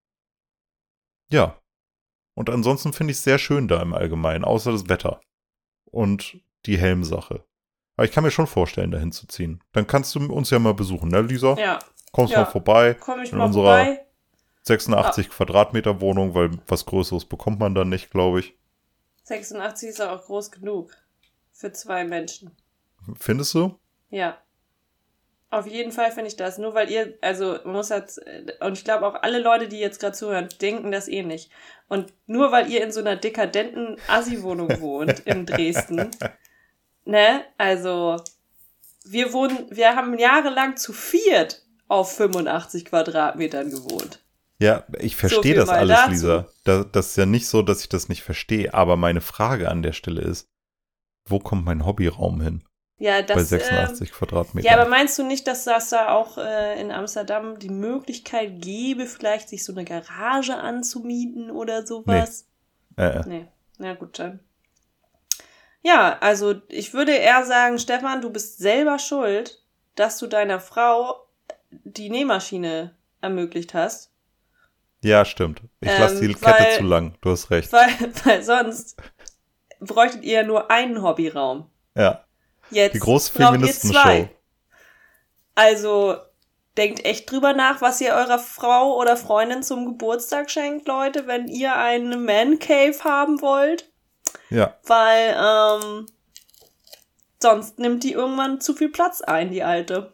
ja. Und ansonsten finde ich es sehr schön da im Allgemeinen, außer das Wetter. Und die Helmsache. Aber ich kann mir schon vorstellen, dahin zu ziehen. Dann kannst du uns ja mal besuchen, ne, Lisa? Ja. Kommst Ja. mal vorbei Komm ich in mal unserer vorbei. sechsundachtzig Quadratmeter Wohnung, weil was Größeres bekommt man dann nicht, glaube ich. sechsundachtzig ist auch groß genug. Für zwei Menschen. Findest du? Ja. Auf jeden Fall finde ich das. Nur weil ihr, also man muss jetzt, und ich glaube auch alle Leute, die jetzt gerade zuhören, denken das eh nicht. Und nur weil ihr in so einer dekadenten Assi-Wohnung wohnt in Dresden, ne, also wir wohnen, wir haben jahrelang zu viert auf fünfundachtzig Quadratmetern gewohnt. Ja, ich So verstehe viel das mal alles, dazu. Lisa. Da, das ist ja nicht so, dass ich das nicht verstehe. Aber meine Frage an der Stelle ist, wo kommt mein Hobbyraum hin? Ja, das, bei sechsundachtzig ähm, Quadratmetern. ja, aber meinst du nicht, dass das da auch äh, in Amsterdam die Möglichkeit gäbe, vielleicht sich so eine Garage anzumieten oder sowas? Äh, äh. Nee. Na gut, dann. Ja, also ich würde eher sagen, Stefan, du bist selber schuld, dass du deiner Frau die Nähmaschine ermöglicht hast. Ja, stimmt. Ich lasse Ähm, die Kette weil- zu lang. Du hast recht. Weil, weil sonst bräuchtet ihr nur einen Hobbyraum. Ja. Jetzt Die große braucht ihr Feministenshow. zwei. Also denkt echt drüber nach, was ihr eurer Frau oder Freundin zum Geburtstag schenkt, Leute, wenn ihr eine Man Cave haben wollt. Ja. Weil ähm, sonst nimmt die irgendwann zu viel Platz ein, die alte.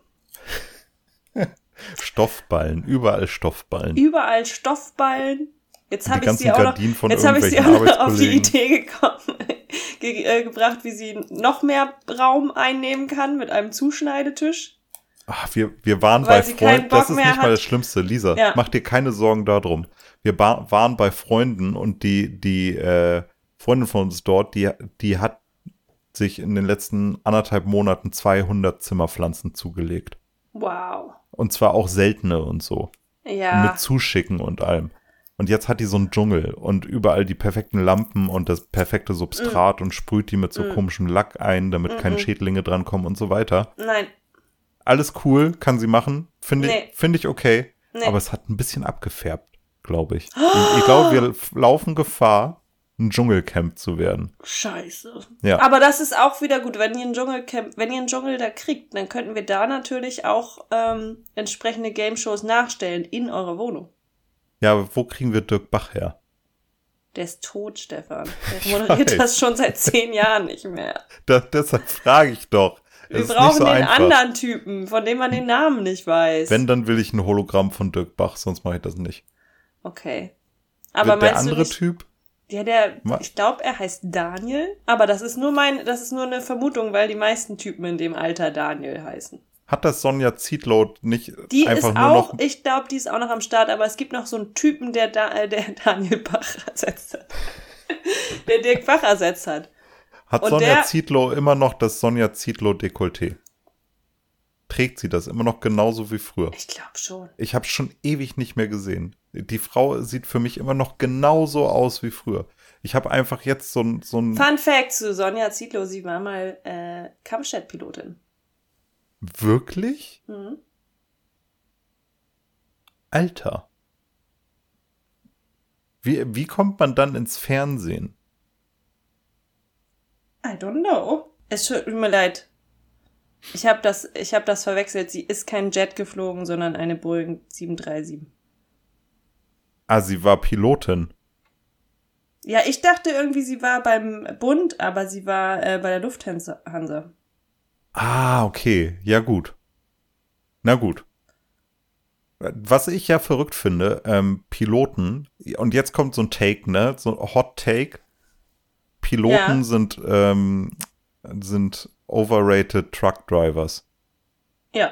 Stoffballen. Überall Stoffballen. Überall Stoffballen. Jetzt Die habe ich ganzen sie auch noch, Gardinen von jetzt habe ich sie auch irgendwelchen noch auf die Arbeitskollegen. Idee gekommen, ge äh, gebracht, wie sie noch mehr Raum einnehmen kann mit einem Zuschneidetisch. Ach, wir, wir waren Weil bei sie keinen Freunden. Bock Das ist mehr nicht mal hat. das Schlimmste, Lisa. Ja. Mach dir keine Sorgen darum. Wir ba- waren bei Freunden und die, die äh, Freundin von uns dort, die, die hat sich in den letzten anderthalb Monaten zweihundert Zimmerpflanzen zugelegt. Wow. Und zwar auch seltene und so. Ja. Mit Zuschicken und allem. Und jetzt hat die so einen Dschungel und überall die perfekten Lampen und das perfekte Substrat und sprüht die mit so Mm. komischem Lack ein, damit keine Mm-mm. Schädlinge drankommen und so weiter. Nein. Alles cool, kann sie machen. Finde Nee. ich, find ich okay. Nee. Aber es hat ein bisschen abgefärbt, glaube ich. ich. Ich glaube, wir f- laufen Gefahr, ein Dschungelcamp zu werden. Scheiße. Ja. Aber das ist auch wieder gut, wenn ihr einen Dschungelcamp, wenn ihr einen Dschungel da kriegt, dann könnten wir da natürlich auch ähm, entsprechende Game-Shows nachstellen in eurer Wohnung. Ja, aber wo kriegen wir Dirk Bach her? Der ist tot, Stefan. Ich Der moderiert weiß. das schon seit zehn Jahren nicht mehr. Da, deshalb frage ich doch. Es Wir ist nicht brauchen so den einfach. anderen Typen, von dem man den Namen nicht weiß. Wenn, dann will ich ein Hologramm von Dirk Bach, sonst mache ich das nicht. Okay. Aber der meinst andere du nicht, Typ? ja, der, Ma- ich glaube, er heißt Daniel, aber das ist nur mein, das ist nur eine Vermutung, weil die meisten Typen in dem Alter Daniel heißen. Hat das Sonja Zietlow nicht Die einfach ist nur auch, noch... ich glaube, die ist auch noch am Start, aber es gibt noch so einen Typen, der, da, äh, der Daniel Bach ersetzt hat. Der Dirk Bach ersetzt hat. Hat und Sonja der- Zietlow immer noch das Sonja Zietlow Dekolleté? Trägt sie das immer noch genauso wie früher? Ich glaube schon. Ich habe schon ewig nicht mehr gesehen. Die Frau sieht für mich immer noch genauso aus wie früher. Ich habe einfach jetzt so ein... So ein Fun Fact zu Sonja Zietlow, sie war mal äh, Kampfjet-Pilotin. wirklich? Mhm. Alter. Wie, wie kommt man dann ins Fernsehen? I don't know. Es tut mir leid. Ich habe das, ich hab das verwechselt. Sie ist kein Jet geflogen, sondern eine Boeing sieben drei sieben. Ah, sie war Pilotin. Ja, ich dachte irgendwie, sie war beim Bund, aber sie war äh, bei der Lufthansa. Ah, okay. Ja, gut. Na gut. Was ich ja verrückt finde, ähm, Piloten, und jetzt kommt so ein Take, ne, so ein Hot Take, Piloten Ja. sind, ähm, sind overrated Truck Drivers, Ja.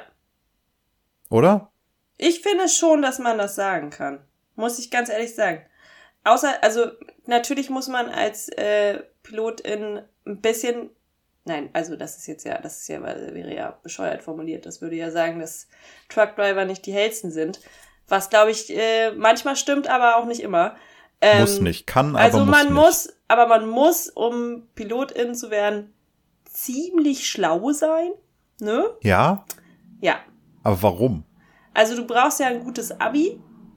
oder? Ich finde schon, dass man das sagen kann. Muss ich ganz ehrlich sagen. Außer, also natürlich muss man als äh, Pilotin ein bisschen, nein, also das ist jetzt ja, das ist ja, wäre ja bescheuert formuliert. Das würde ja sagen, dass Truckdriver nicht die hellsten sind. Was, glaube ich, äh, manchmal stimmt, aber auch nicht immer. Ähm, Muss nicht, kann, aber also muss man nicht. muss, aber man muss, um Pilotin zu werden, ziemlich schlau sein, ne? Ja, Ja. aber warum? Also du brauchst ja ein gutes Abi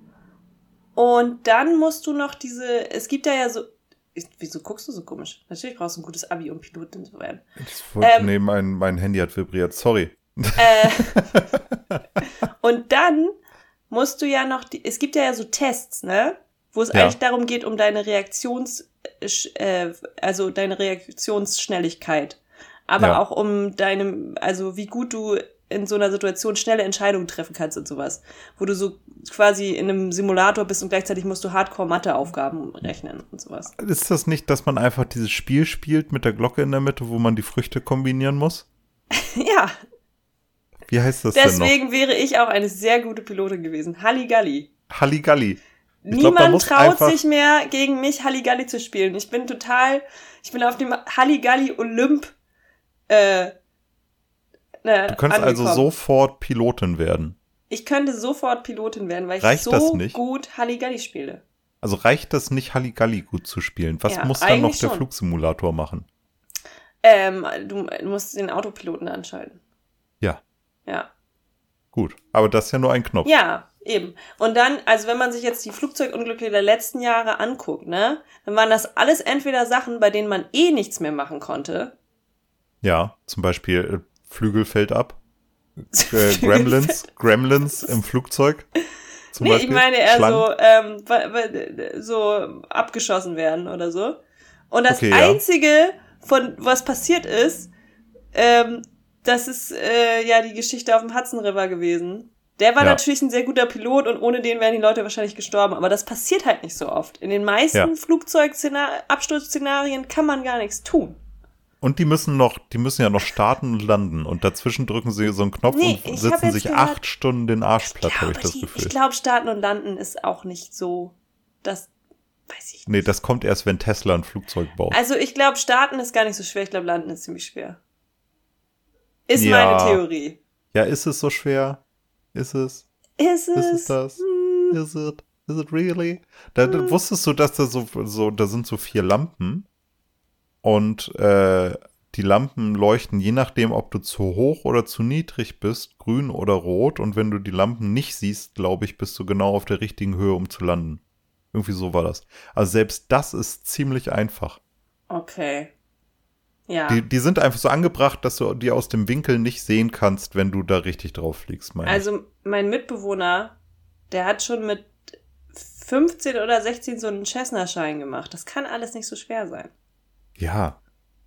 und dann musst du noch diese, es gibt ja ja so, ist, wieso guckst du so komisch? Natürlich brauchst du ein gutes Abi, um Pilotin zu werden. Ich wollte, Ähm, nee, mein, mein Handy hat vibriert, sorry. Äh, und dann musst du ja noch, die, es gibt ja, ja so Tests, ne? Wo es Ja. eigentlich darum geht, um deine Reaktions, äh, also deine Reaktionsschnelligkeit. Aber Ja. auch um deine, also wie gut du in so einer Situation schnelle Entscheidungen treffen kannst und sowas. Wo du so quasi in einem Simulator bist und gleichzeitig musst du Hardcore-Mathe-Aufgaben rechnen und sowas. Ist das nicht, dass man einfach dieses Spiel spielt mit der Glocke in der Mitte, wo man die Früchte kombinieren muss? Ja, Wie heißt das denn noch? deswegen wäre ich auch eine sehr gute Pilotin gewesen. Halligalli. Halligalli. Ich glaub, da Niemand muss traut einfach- sich mehr, gegen mich Halligalli zu spielen. Ich bin total, ich bin auf dem Halligalli Olymp äh, äh, Du könntest also sofort Pilotin werden. Ich könnte sofort Pilotin werden, weil ich Reicht so das nicht? gut Halligalli spiele. Also reicht das nicht, Halligalli gut zu spielen? Was Ja, muss dann noch eigentlich der schon. Flugsimulator machen? Ähm, du, du musst den Autopiloten anschalten. Ja, Ja. gut. Aber das ist ja nur ein Knopf. Ja, eben. Und dann, also wenn man sich jetzt die Flugzeugunglücke der letzten Jahre anguckt, ne, dann waren das alles entweder Sachen, bei denen man eh nichts mehr machen konnte. Ja, zum Beispiel äh, Flügel fällt ab. Äh, Gremlins, Gremlins im Flugzeug. Zum Nee, Beispiel. ich meine eher Schlangen. so, ähm, wa- wa- so abgeschossen werden oder so. Und das Okay, ja. Einzige, von was passiert ist, ähm, das ist äh, ja die Geschichte auf dem Hudson River gewesen. Der war Ja. natürlich ein sehr guter Pilot und ohne den wären die Leute wahrscheinlich gestorben. Aber das passiert halt nicht so oft. In den meisten Ja. Flugzeug-Absturzszenarien kann man gar nichts tun. Und die müssen noch, die müssen ja noch starten und landen. Und dazwischen drücken sie so einen Knopf Nee, und ich sitzen hab jetzt sich gehört- acht Stunden den Arsch platt, habe ich das die- Gefühl. ich glaube, Starten und Landen ist auch nicht so, das weiß ich nicht. Nee, das kommt erst, wenn Tesla ein Flugzeug baut. Also ich glaube, starten ist gar nicht so schwer. Ich glaube, landen ist ziemlich schwer. Ist Ja. meine Theorie. Ja, ist es so schwer? Ist es? Ist es? Ist es das? Is it? Is it really? Da, da wusstest du, dass da so, so, da sind so vier Lampen und äh, die Lampen leuchten je nachdem, ob du zu hoch oder zu niedrig bist, grün oder rot. Und wenn du die Lampen nicht siehst, glaube ich, bist du genau auf der richtigen Höhe, um zu landen. Irgendwie so war das. Also selbst das ist ziemlich einfach. Okay. Ja. Die, die sind einfach so angebracht, dass du die aus dem Winkel nicht sehen kannst, wenn du da richtig drauf fliegst, meine ich. Also mein Mitbewohner, der hat schon mit fünfzehn oder sechzehn so einen Cessna-Schein gemacht. Das kann alles nicht so schwer sein. Ja.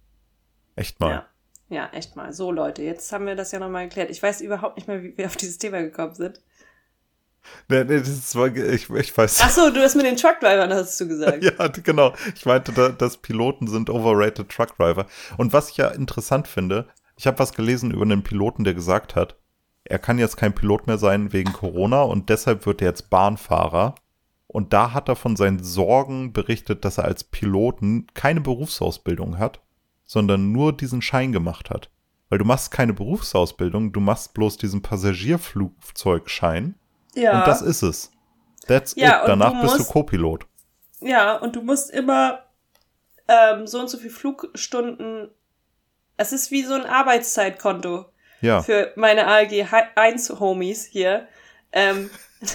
Echt mal. Ja. Ja, echt mal. So, Leute, jetzt haben wir das ja nochmal geklärt. Ich weiß überhaupt nicht mehr, wie wir auf dieses Thema gekommen sind. Nee, nee, das ist, ich, ich weiß. Ach so, du hast mit den Truckdrivern, hast du gesagt. Ja, genau. Ich meinte, da, dass Piloten sind overrated Truckdriver. Und was ich ja interessant finde, ich habe was gelesen über einen Piloten, der gesagt hat, er kann jetzt kein Pilot mehr sein wegen Corona und deshalb wird er jetzt Bahnfahrer. Und da hat er von seinen Sorgen berichtet, dass er als Piloten keine Berufsausbildung hat, sondern nur diesen Schein gemacht hat. Weil du machst keine Berufsausbildung, du machst bloß diesen Passagierflugzeugschein. Ja. Und das ist es. That's Ja, it. und Danach du bist du musst- Co-Pilot. Ja, und du musst immer ähm, so und so viel Flugstunden. Es ist wie so ein Arbeitszeitkonto Ja. für meine A L G eins Homies hier. Ähm,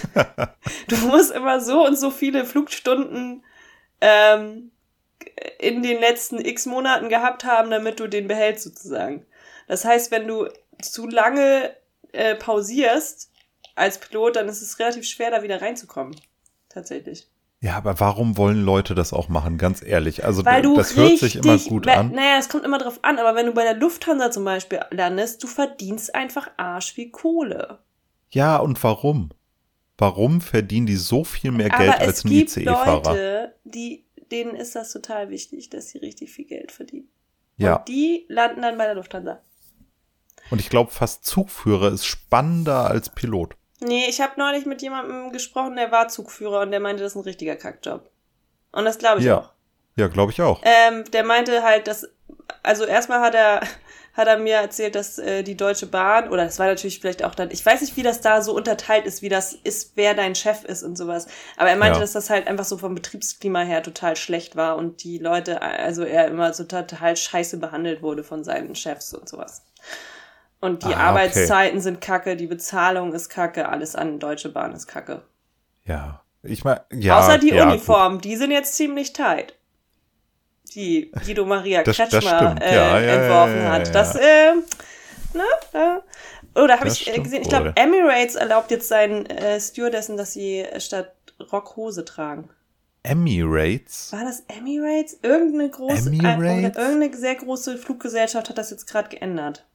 du musst immer so und so viele Flugstunden ähm, in den letzten x Monaten gehabt haben, damit du den behältst sozusagen. Das heißt, wenn du zu lange äh, pausierst als Pilot, dann ist es relativ schwer, da wieder reinzukommen. Tatsächlich. Ja, aber warum wollen Leute das auch machen, ganz ehrlich? Also Weil du das hört richtig, sich immer gut we- an. Naja, es kommt immer drauf an, aber wenn du bei der Lufthansa zum Beispiel landest, du verdienst einfach arsch viel Kohle. Ja, und warum? warum verdienen die so viel mehr Geld Aber als es ein gibt I C E-Fahrer? Leute, die, denen ist das total wichtig, dass sie richtig viel Geld verdienen. Ja. Und die landen dann bei der Lufthansa. Und ich glaube, fast Zugführer ist spannender als Pilot. Nee, ich habe neulich mit jemandem gesprochen, der war Zugführer und der meinte, das ist ein richtiger Kackjob. Und das glaube ich Ja. auch. Ja, glaube ich auch. Ähm, der meinte halt, dass, also erstmal hat er, hat er mir erzählt, dass äh, die Deutsche Bahn, oder das war natürlich vielleicht auch dann, ich weiß nicht, wie das da so unterteilt ist, wie das ist, wer dein Chef ist und sowas. Aber er meinte, Ja. dass das halt einfach so vom Betriebsklima her total schlecht war und die Leute, also er immer so total scheiße behandelt wurde von seinen Chefs und sowas. Und die Ah, okay. Arbeitszeiten sind kacke, die Bezahlung ist kacke, alles an Deutsche Bahn ist kacke. Ja. Ich meine, ja. Außer die ja, Uniformen, die sind jetzt ziemlich tight. Die Guido Maria Das- das Kretschmer stimmt. äh, Ja, ja, entworfen ja, ja, hat. ja. Das, äh, ne? Äh, oder habe Das ich äh, stimmt gesehen, ich wohl. glaube, Emirates erlaubt jetzt seinen äh, Stewardessen, dass sie äh, statt Rockhose tragen. Emirates? War das Emirates? Irgendeine große, äh, Emirates? oder irgendeine sehr große Fluggesellschaft hat das jetzt gerade geändert.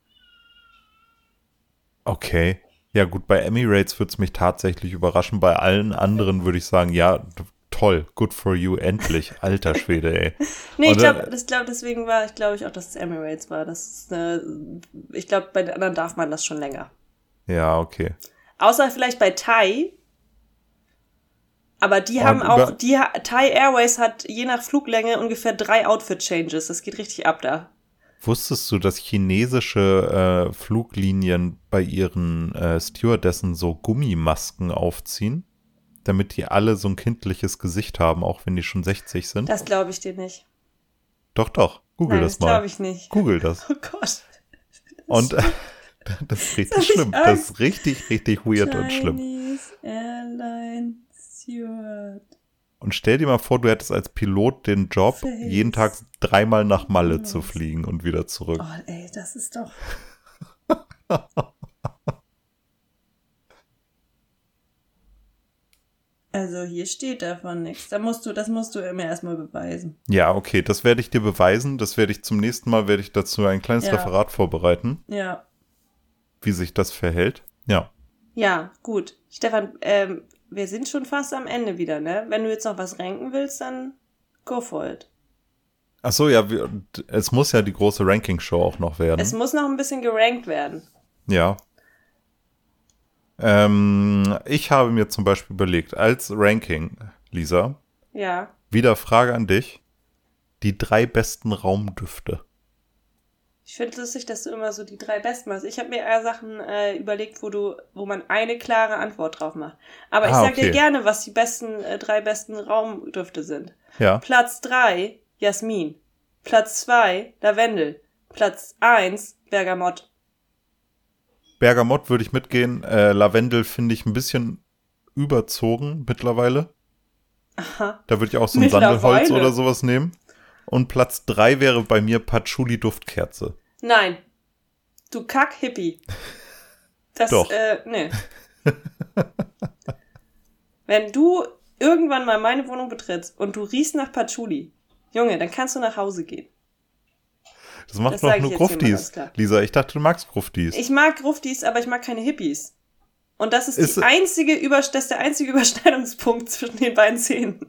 Okay. Ja gut, bei Emirates würde es mich tatsächlich überraschen. Bei allen anderen würde ich sagen, ja, d- toll, good for you, endlich. Alter Schwede, ey. Nee, ich Und, äh, glaube, das glaub, deswegen war ich glaube ich auch, dass es Emirates war. Das ist eine, ich glaube, bei den anderen darf man das schon länger. Ja, okay. Außer vielleicht bei Thai. Aber die Und haben auch, über- die ha- Thai Airways hat je nach Fluglänge ungefähr drei Outfit-Changes. Das geht richtig ab da. Wusstest du, dass chinesische äh, Fluglinien bei ihren äh, Stewardessen so Gummimasken aufziehen? Damit die alle so ein kindliches Gesicht haben, auch wenn die schon sechzig sind? Das glaube ich dir nicht. Doch, doch. Google Nein, das das mal. glaube ich nicht. Google das. Oh Gott. Und äh, das ist richtig hab ich schlimm. Das Angst. ist richtig, richtig weird und schlimm. Chinese Airline Steward. Und stell dir mal vor, du hättest als Pilot den Job, Face. jeden Tag dreimal nach Malle Los. zu fliegen und wieder zurück. Oh, ey, das ist doch... Also hier steht davon nichts. Da musst du, das musst du mir erstmal beweisen. Ja, okay, das werde ich dir beweisen. Das werde ich zum nächsten Mal, werde ich dazu ein kleines Ja. Referat vorbereiten, Ja. wie sich das verhält. Ja. Ja, gut. Stefan, ähm, wir sind schon fast am Ende wieder, ne? Wenn du jetzt noch was ranken willst, dann go for it. Ach so, ja, wir, es muss ja die große Ranking-Show auch noch werden. Es muss noch ein bisschen gerankt werden. Ja. Ähm, ich habe mir zum Beispiel überlegt, als Ranking, Lisa, Ja. wieder Frage an dich, die drei besten Raumdüfte. Ich finde es lustig, dass du immer so die drei besten machst. Ich habe mir eher Sachen äh, überlegt, wo du, wo man eine klare Antwort drauf macht. Aber ich Ah, sag dir okay. gerne, was die besten äh, drei besten Raumdüfte sind. Ja. Platz drei, Jasmin. Platz zwei, Lavendel. Platz eins, Bergamott. Bergamott würde ich mitgehen. Äh, Lavendel finde ich ein bisschen überzogen mittlerweile. Aha. Da würde ich auch so ein Mittlerweile. Sandelholz oder sowas nehmen. Und Platz drei wäre bei mir Patchouli-Duftkerze. Nein. Du Kack-Hippie. Das, Doch. äh, nee. Wenn du irgendwann mal meine Wohnung betrittst und du riechst nach Patchouli, Junge, dann kannst du nach Hause gehen. Das macht Das noch sag ich nur jetzt hier mal ganz Gruftis. klar. Lisa, ich dachte, du magst Gruftis. Ich mag Gruftis, aber ich mag keine Hippies. Und das ist, Ist- die einzige Über- das ist der einzige Überschneidungspunkt zwischen den beiden Szenen.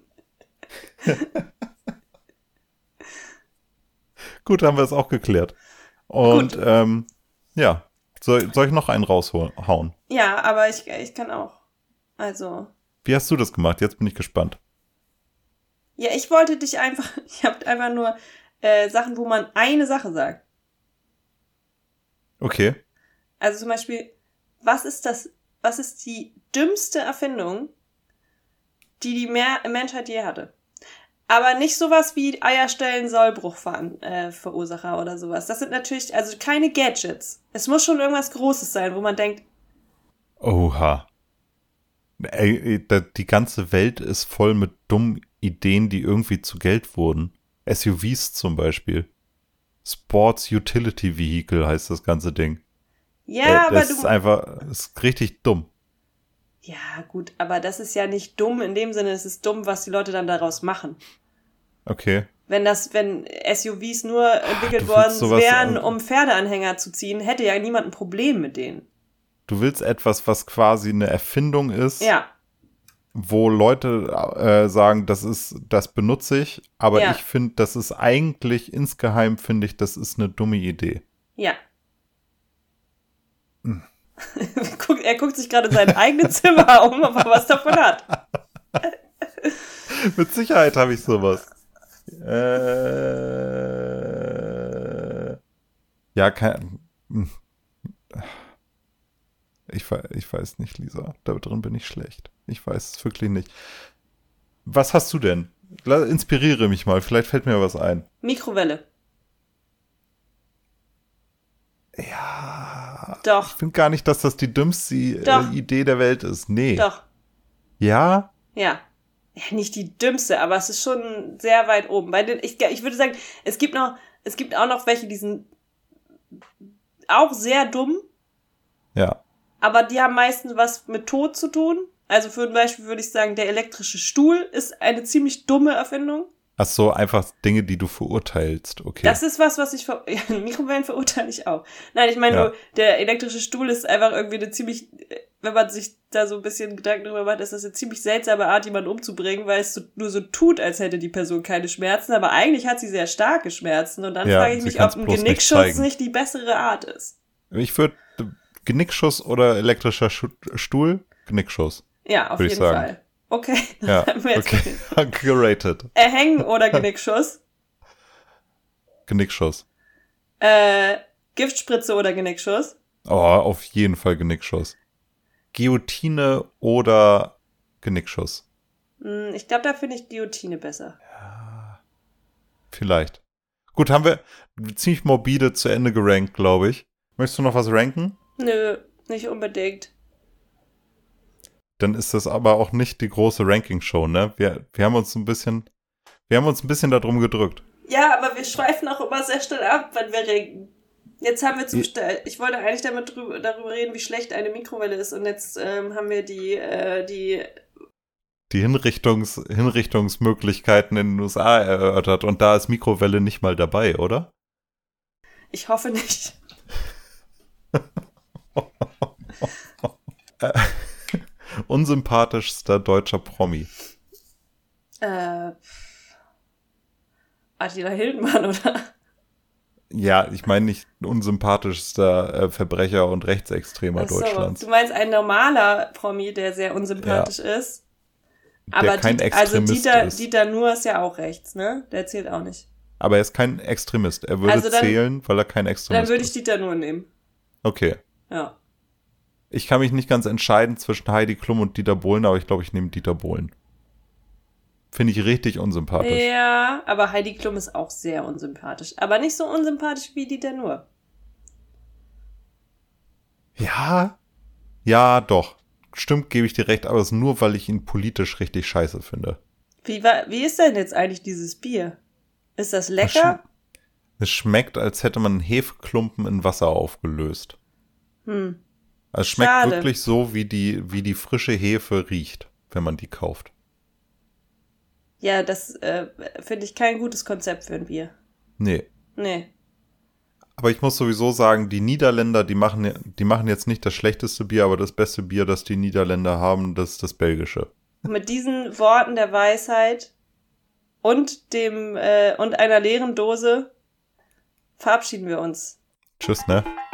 Gut, haben wir es auch geklärt. Und Gut. ähm, ja, soll, soll ich noch einen raushauen? Ja, aber ich, ich kann auch. Also, Wie hast du das gemacht? Jetzt bin ich gespannt. ja, ich wollte dich einfach, ich habe einfach nur äh, Sachen, wo man eine Sache sagt. Okay. Also zum Beispiel, was ist das, was ist die dümmste Erfindung, die die Mer- Menschheit je hatte? Aber nicht sowas wie Eierstellen Sollbruchverursacher äh, oder sowas. Das sind natürlich, also keine Gadgets. Es muss schon irgendwas Großes sein, wo man denkt, Oha. Ey, ey, da- die ganze Welt ist voll mit dummen Ideen, die irgendwie zu Geld wurden. S U Vs zum Beispiel. Sports Utility Vehicle heißt das ganze Ding. ja, Äh, aber das du... ist einfach, das ist richtig dumm. Ja, gut, aber das ist ja nicht dumm in dem Sinne, es ist dumm, was die Leute dann daraus machen. Okay. Wenn das, wenn S U Vs nur entwickelt du worden willst sowas wären, an- um Pferdeanhänger zu ziehen, hätte ja niemand ein Problem mit denen. Du willst etwas, was quasi eine Erfindung ist, Ja, wo Leute äh, sagen, das ist, das benutze ich, aber Ja. ich finde, das ist eigentlich insgeheim, finde ich, das ist eine dumme Idee. Ja. Hm. Guck, er guckt sich gerade in sein eigenes Zimmer um, ob er was davon hat. Mit Sicherheit habe ich sowas. Äh, ja, kein. Ich, ich weiß nicht, Lisa. Da drin bin ich schlecht. Ich weiß es wirklich nicht. Was hast du denn? Inspiriere mich mal. Vielleicht fällt mir was ein. Mikrowelle. Ja. Doch. Ich finde gar nicht, dass das die dümmste Doch. Idee der Welt ist. Nee. Doch. Ja? Ja. Ja, nicht die dümmste, aber es ist schon sehr weit oben. Bei den, ich, ich würde sagen, es gibt noch, es gibt auch noch welche, die sind auch sehr dumm. Ja. Aber die haben meistens was mit Tod zu tun. Also für ein Beispiel würde ich sagen, der elektrische Stuhl ist eine ziemlich dumme Erfindung. Ach so, einfach Dinge, die du verurteilst. Okay. Das ist was, was ich ver ja, Mikrowellen verurteile ich auch. Nein, ich meine Ja. nur, der elektrische Stuhl ist einfach irgendwie eine ziemlich, wenn man sich da so ein bisschen Gedanken drüber macht, ist das eine ziemlich seltsame Art, jemanden umzubringen, weil es so, nur so tut, als hätte die Person keine Schmerzen, aber eigentlich hat sie sehr starke Schmerzen. Und dann Ja, frage ich sie mich, kann's ob ein bloß nicht Genickschuss zeigen. nicht die bessere Art ist. Ich würde Genickschuss oder elektrischer Schu- Stuhl? Genickschuss. Ja, auf Würde ich jeden sagen. Fall. Okay, dann Ja, haben wir jetzt okay. Geratet. Erhängen oder Genickschuss, Genickschuss. äh, Giftspritze oder Genickschuss. Oh, auf jeden Fall Genickschuss. Guillotine oder Genickschuss. Hm, ich glaube, da finde ich Guillotine besser. Vielleicht. Gut, haben wir ziemlich morbide zu Ende gerankt, glaube ich. Möchtest du noch was ranken? Nö, nicht unbedingt. Dann ist das aber auch nicht die große Ranking-Show, ne? Wir, wir haben uns ein bisschen, wir haben uns ein bisschen darum gedrückt. Ja, aber wir schweifen auch immer sehr schnell ab, wenn wir reden. Jetzt haben wir zum St- ich wollte eigentlich damit drüber, darüber reden, wie schlecht eine Mikrowelle ist, und jetzt ähm, haben wir die, äh, die, Die Hinrichtungs, Hinrichtungsmöglichkeiten in den U S A erörtert und da ist Mikrowelle nicht mal dabei, oder? ich hoffe nicht. äh, unsympathischster deutscher Promi. Äh, Attila Hildmann, oder? Ja, ich meine nicht unsympathischster äh, Verbrecher und Rechtsextremer Ach so, Deutschlands. du meinst ein normaler Promi, der sehr unsympathisch ja. ist? Aber der kein die, Extremist also Dieter, ist. Dieter Nuhr ist ja auch rechts, ne? Der zählt auch nicht. Aber er ist kein Extremist. Er würde Also dann, zählen, weil er kein Extremist ist. Dann würde ich Dieter Nuhr nehmen. Okay. Ja. Ich kann mich nicht ganz entscheiden zwischen Heidi Klum und Dieter Bohlen, aber ich glaube, ich nehme Dieter Bohlen. Finde ich richtig unsympathisch. Ja, aber Heidi Klum ist auch sehr unsympathisch. Aber nicht so unsympathisch wie Dieter Nuhr. Ja, ja, doch. Stimmt, gebe ich dir recht, aber es ist nur, weil ich ihn politisch richtig scheiße finde. Wie, war, wie ist denn jetzt eigentlich dieses Bier? Ist das lecker? Es schmeckt, als hätte man einen Hefeklumpen in Wasser aufgelöst. Hm. Es schmeckt Schade. wirklich so, wie die, wie die frische Hefe riecht, wenn man die kauft. Ja, das äh, finde ich kein gutes Konzept für ein Bier. Nee. Nee. Aber ich muss sowieso sagen, die Niederländer, die machen, die machen jetzt nicht das schlechteste Bier, aber das beste Bier, das die Niederländer haben, das ist das belgische. Und mit diesen Worten der Weisheit und dem äh, und einer leeren Dose verabschieden wir uns. Tschüss, ne?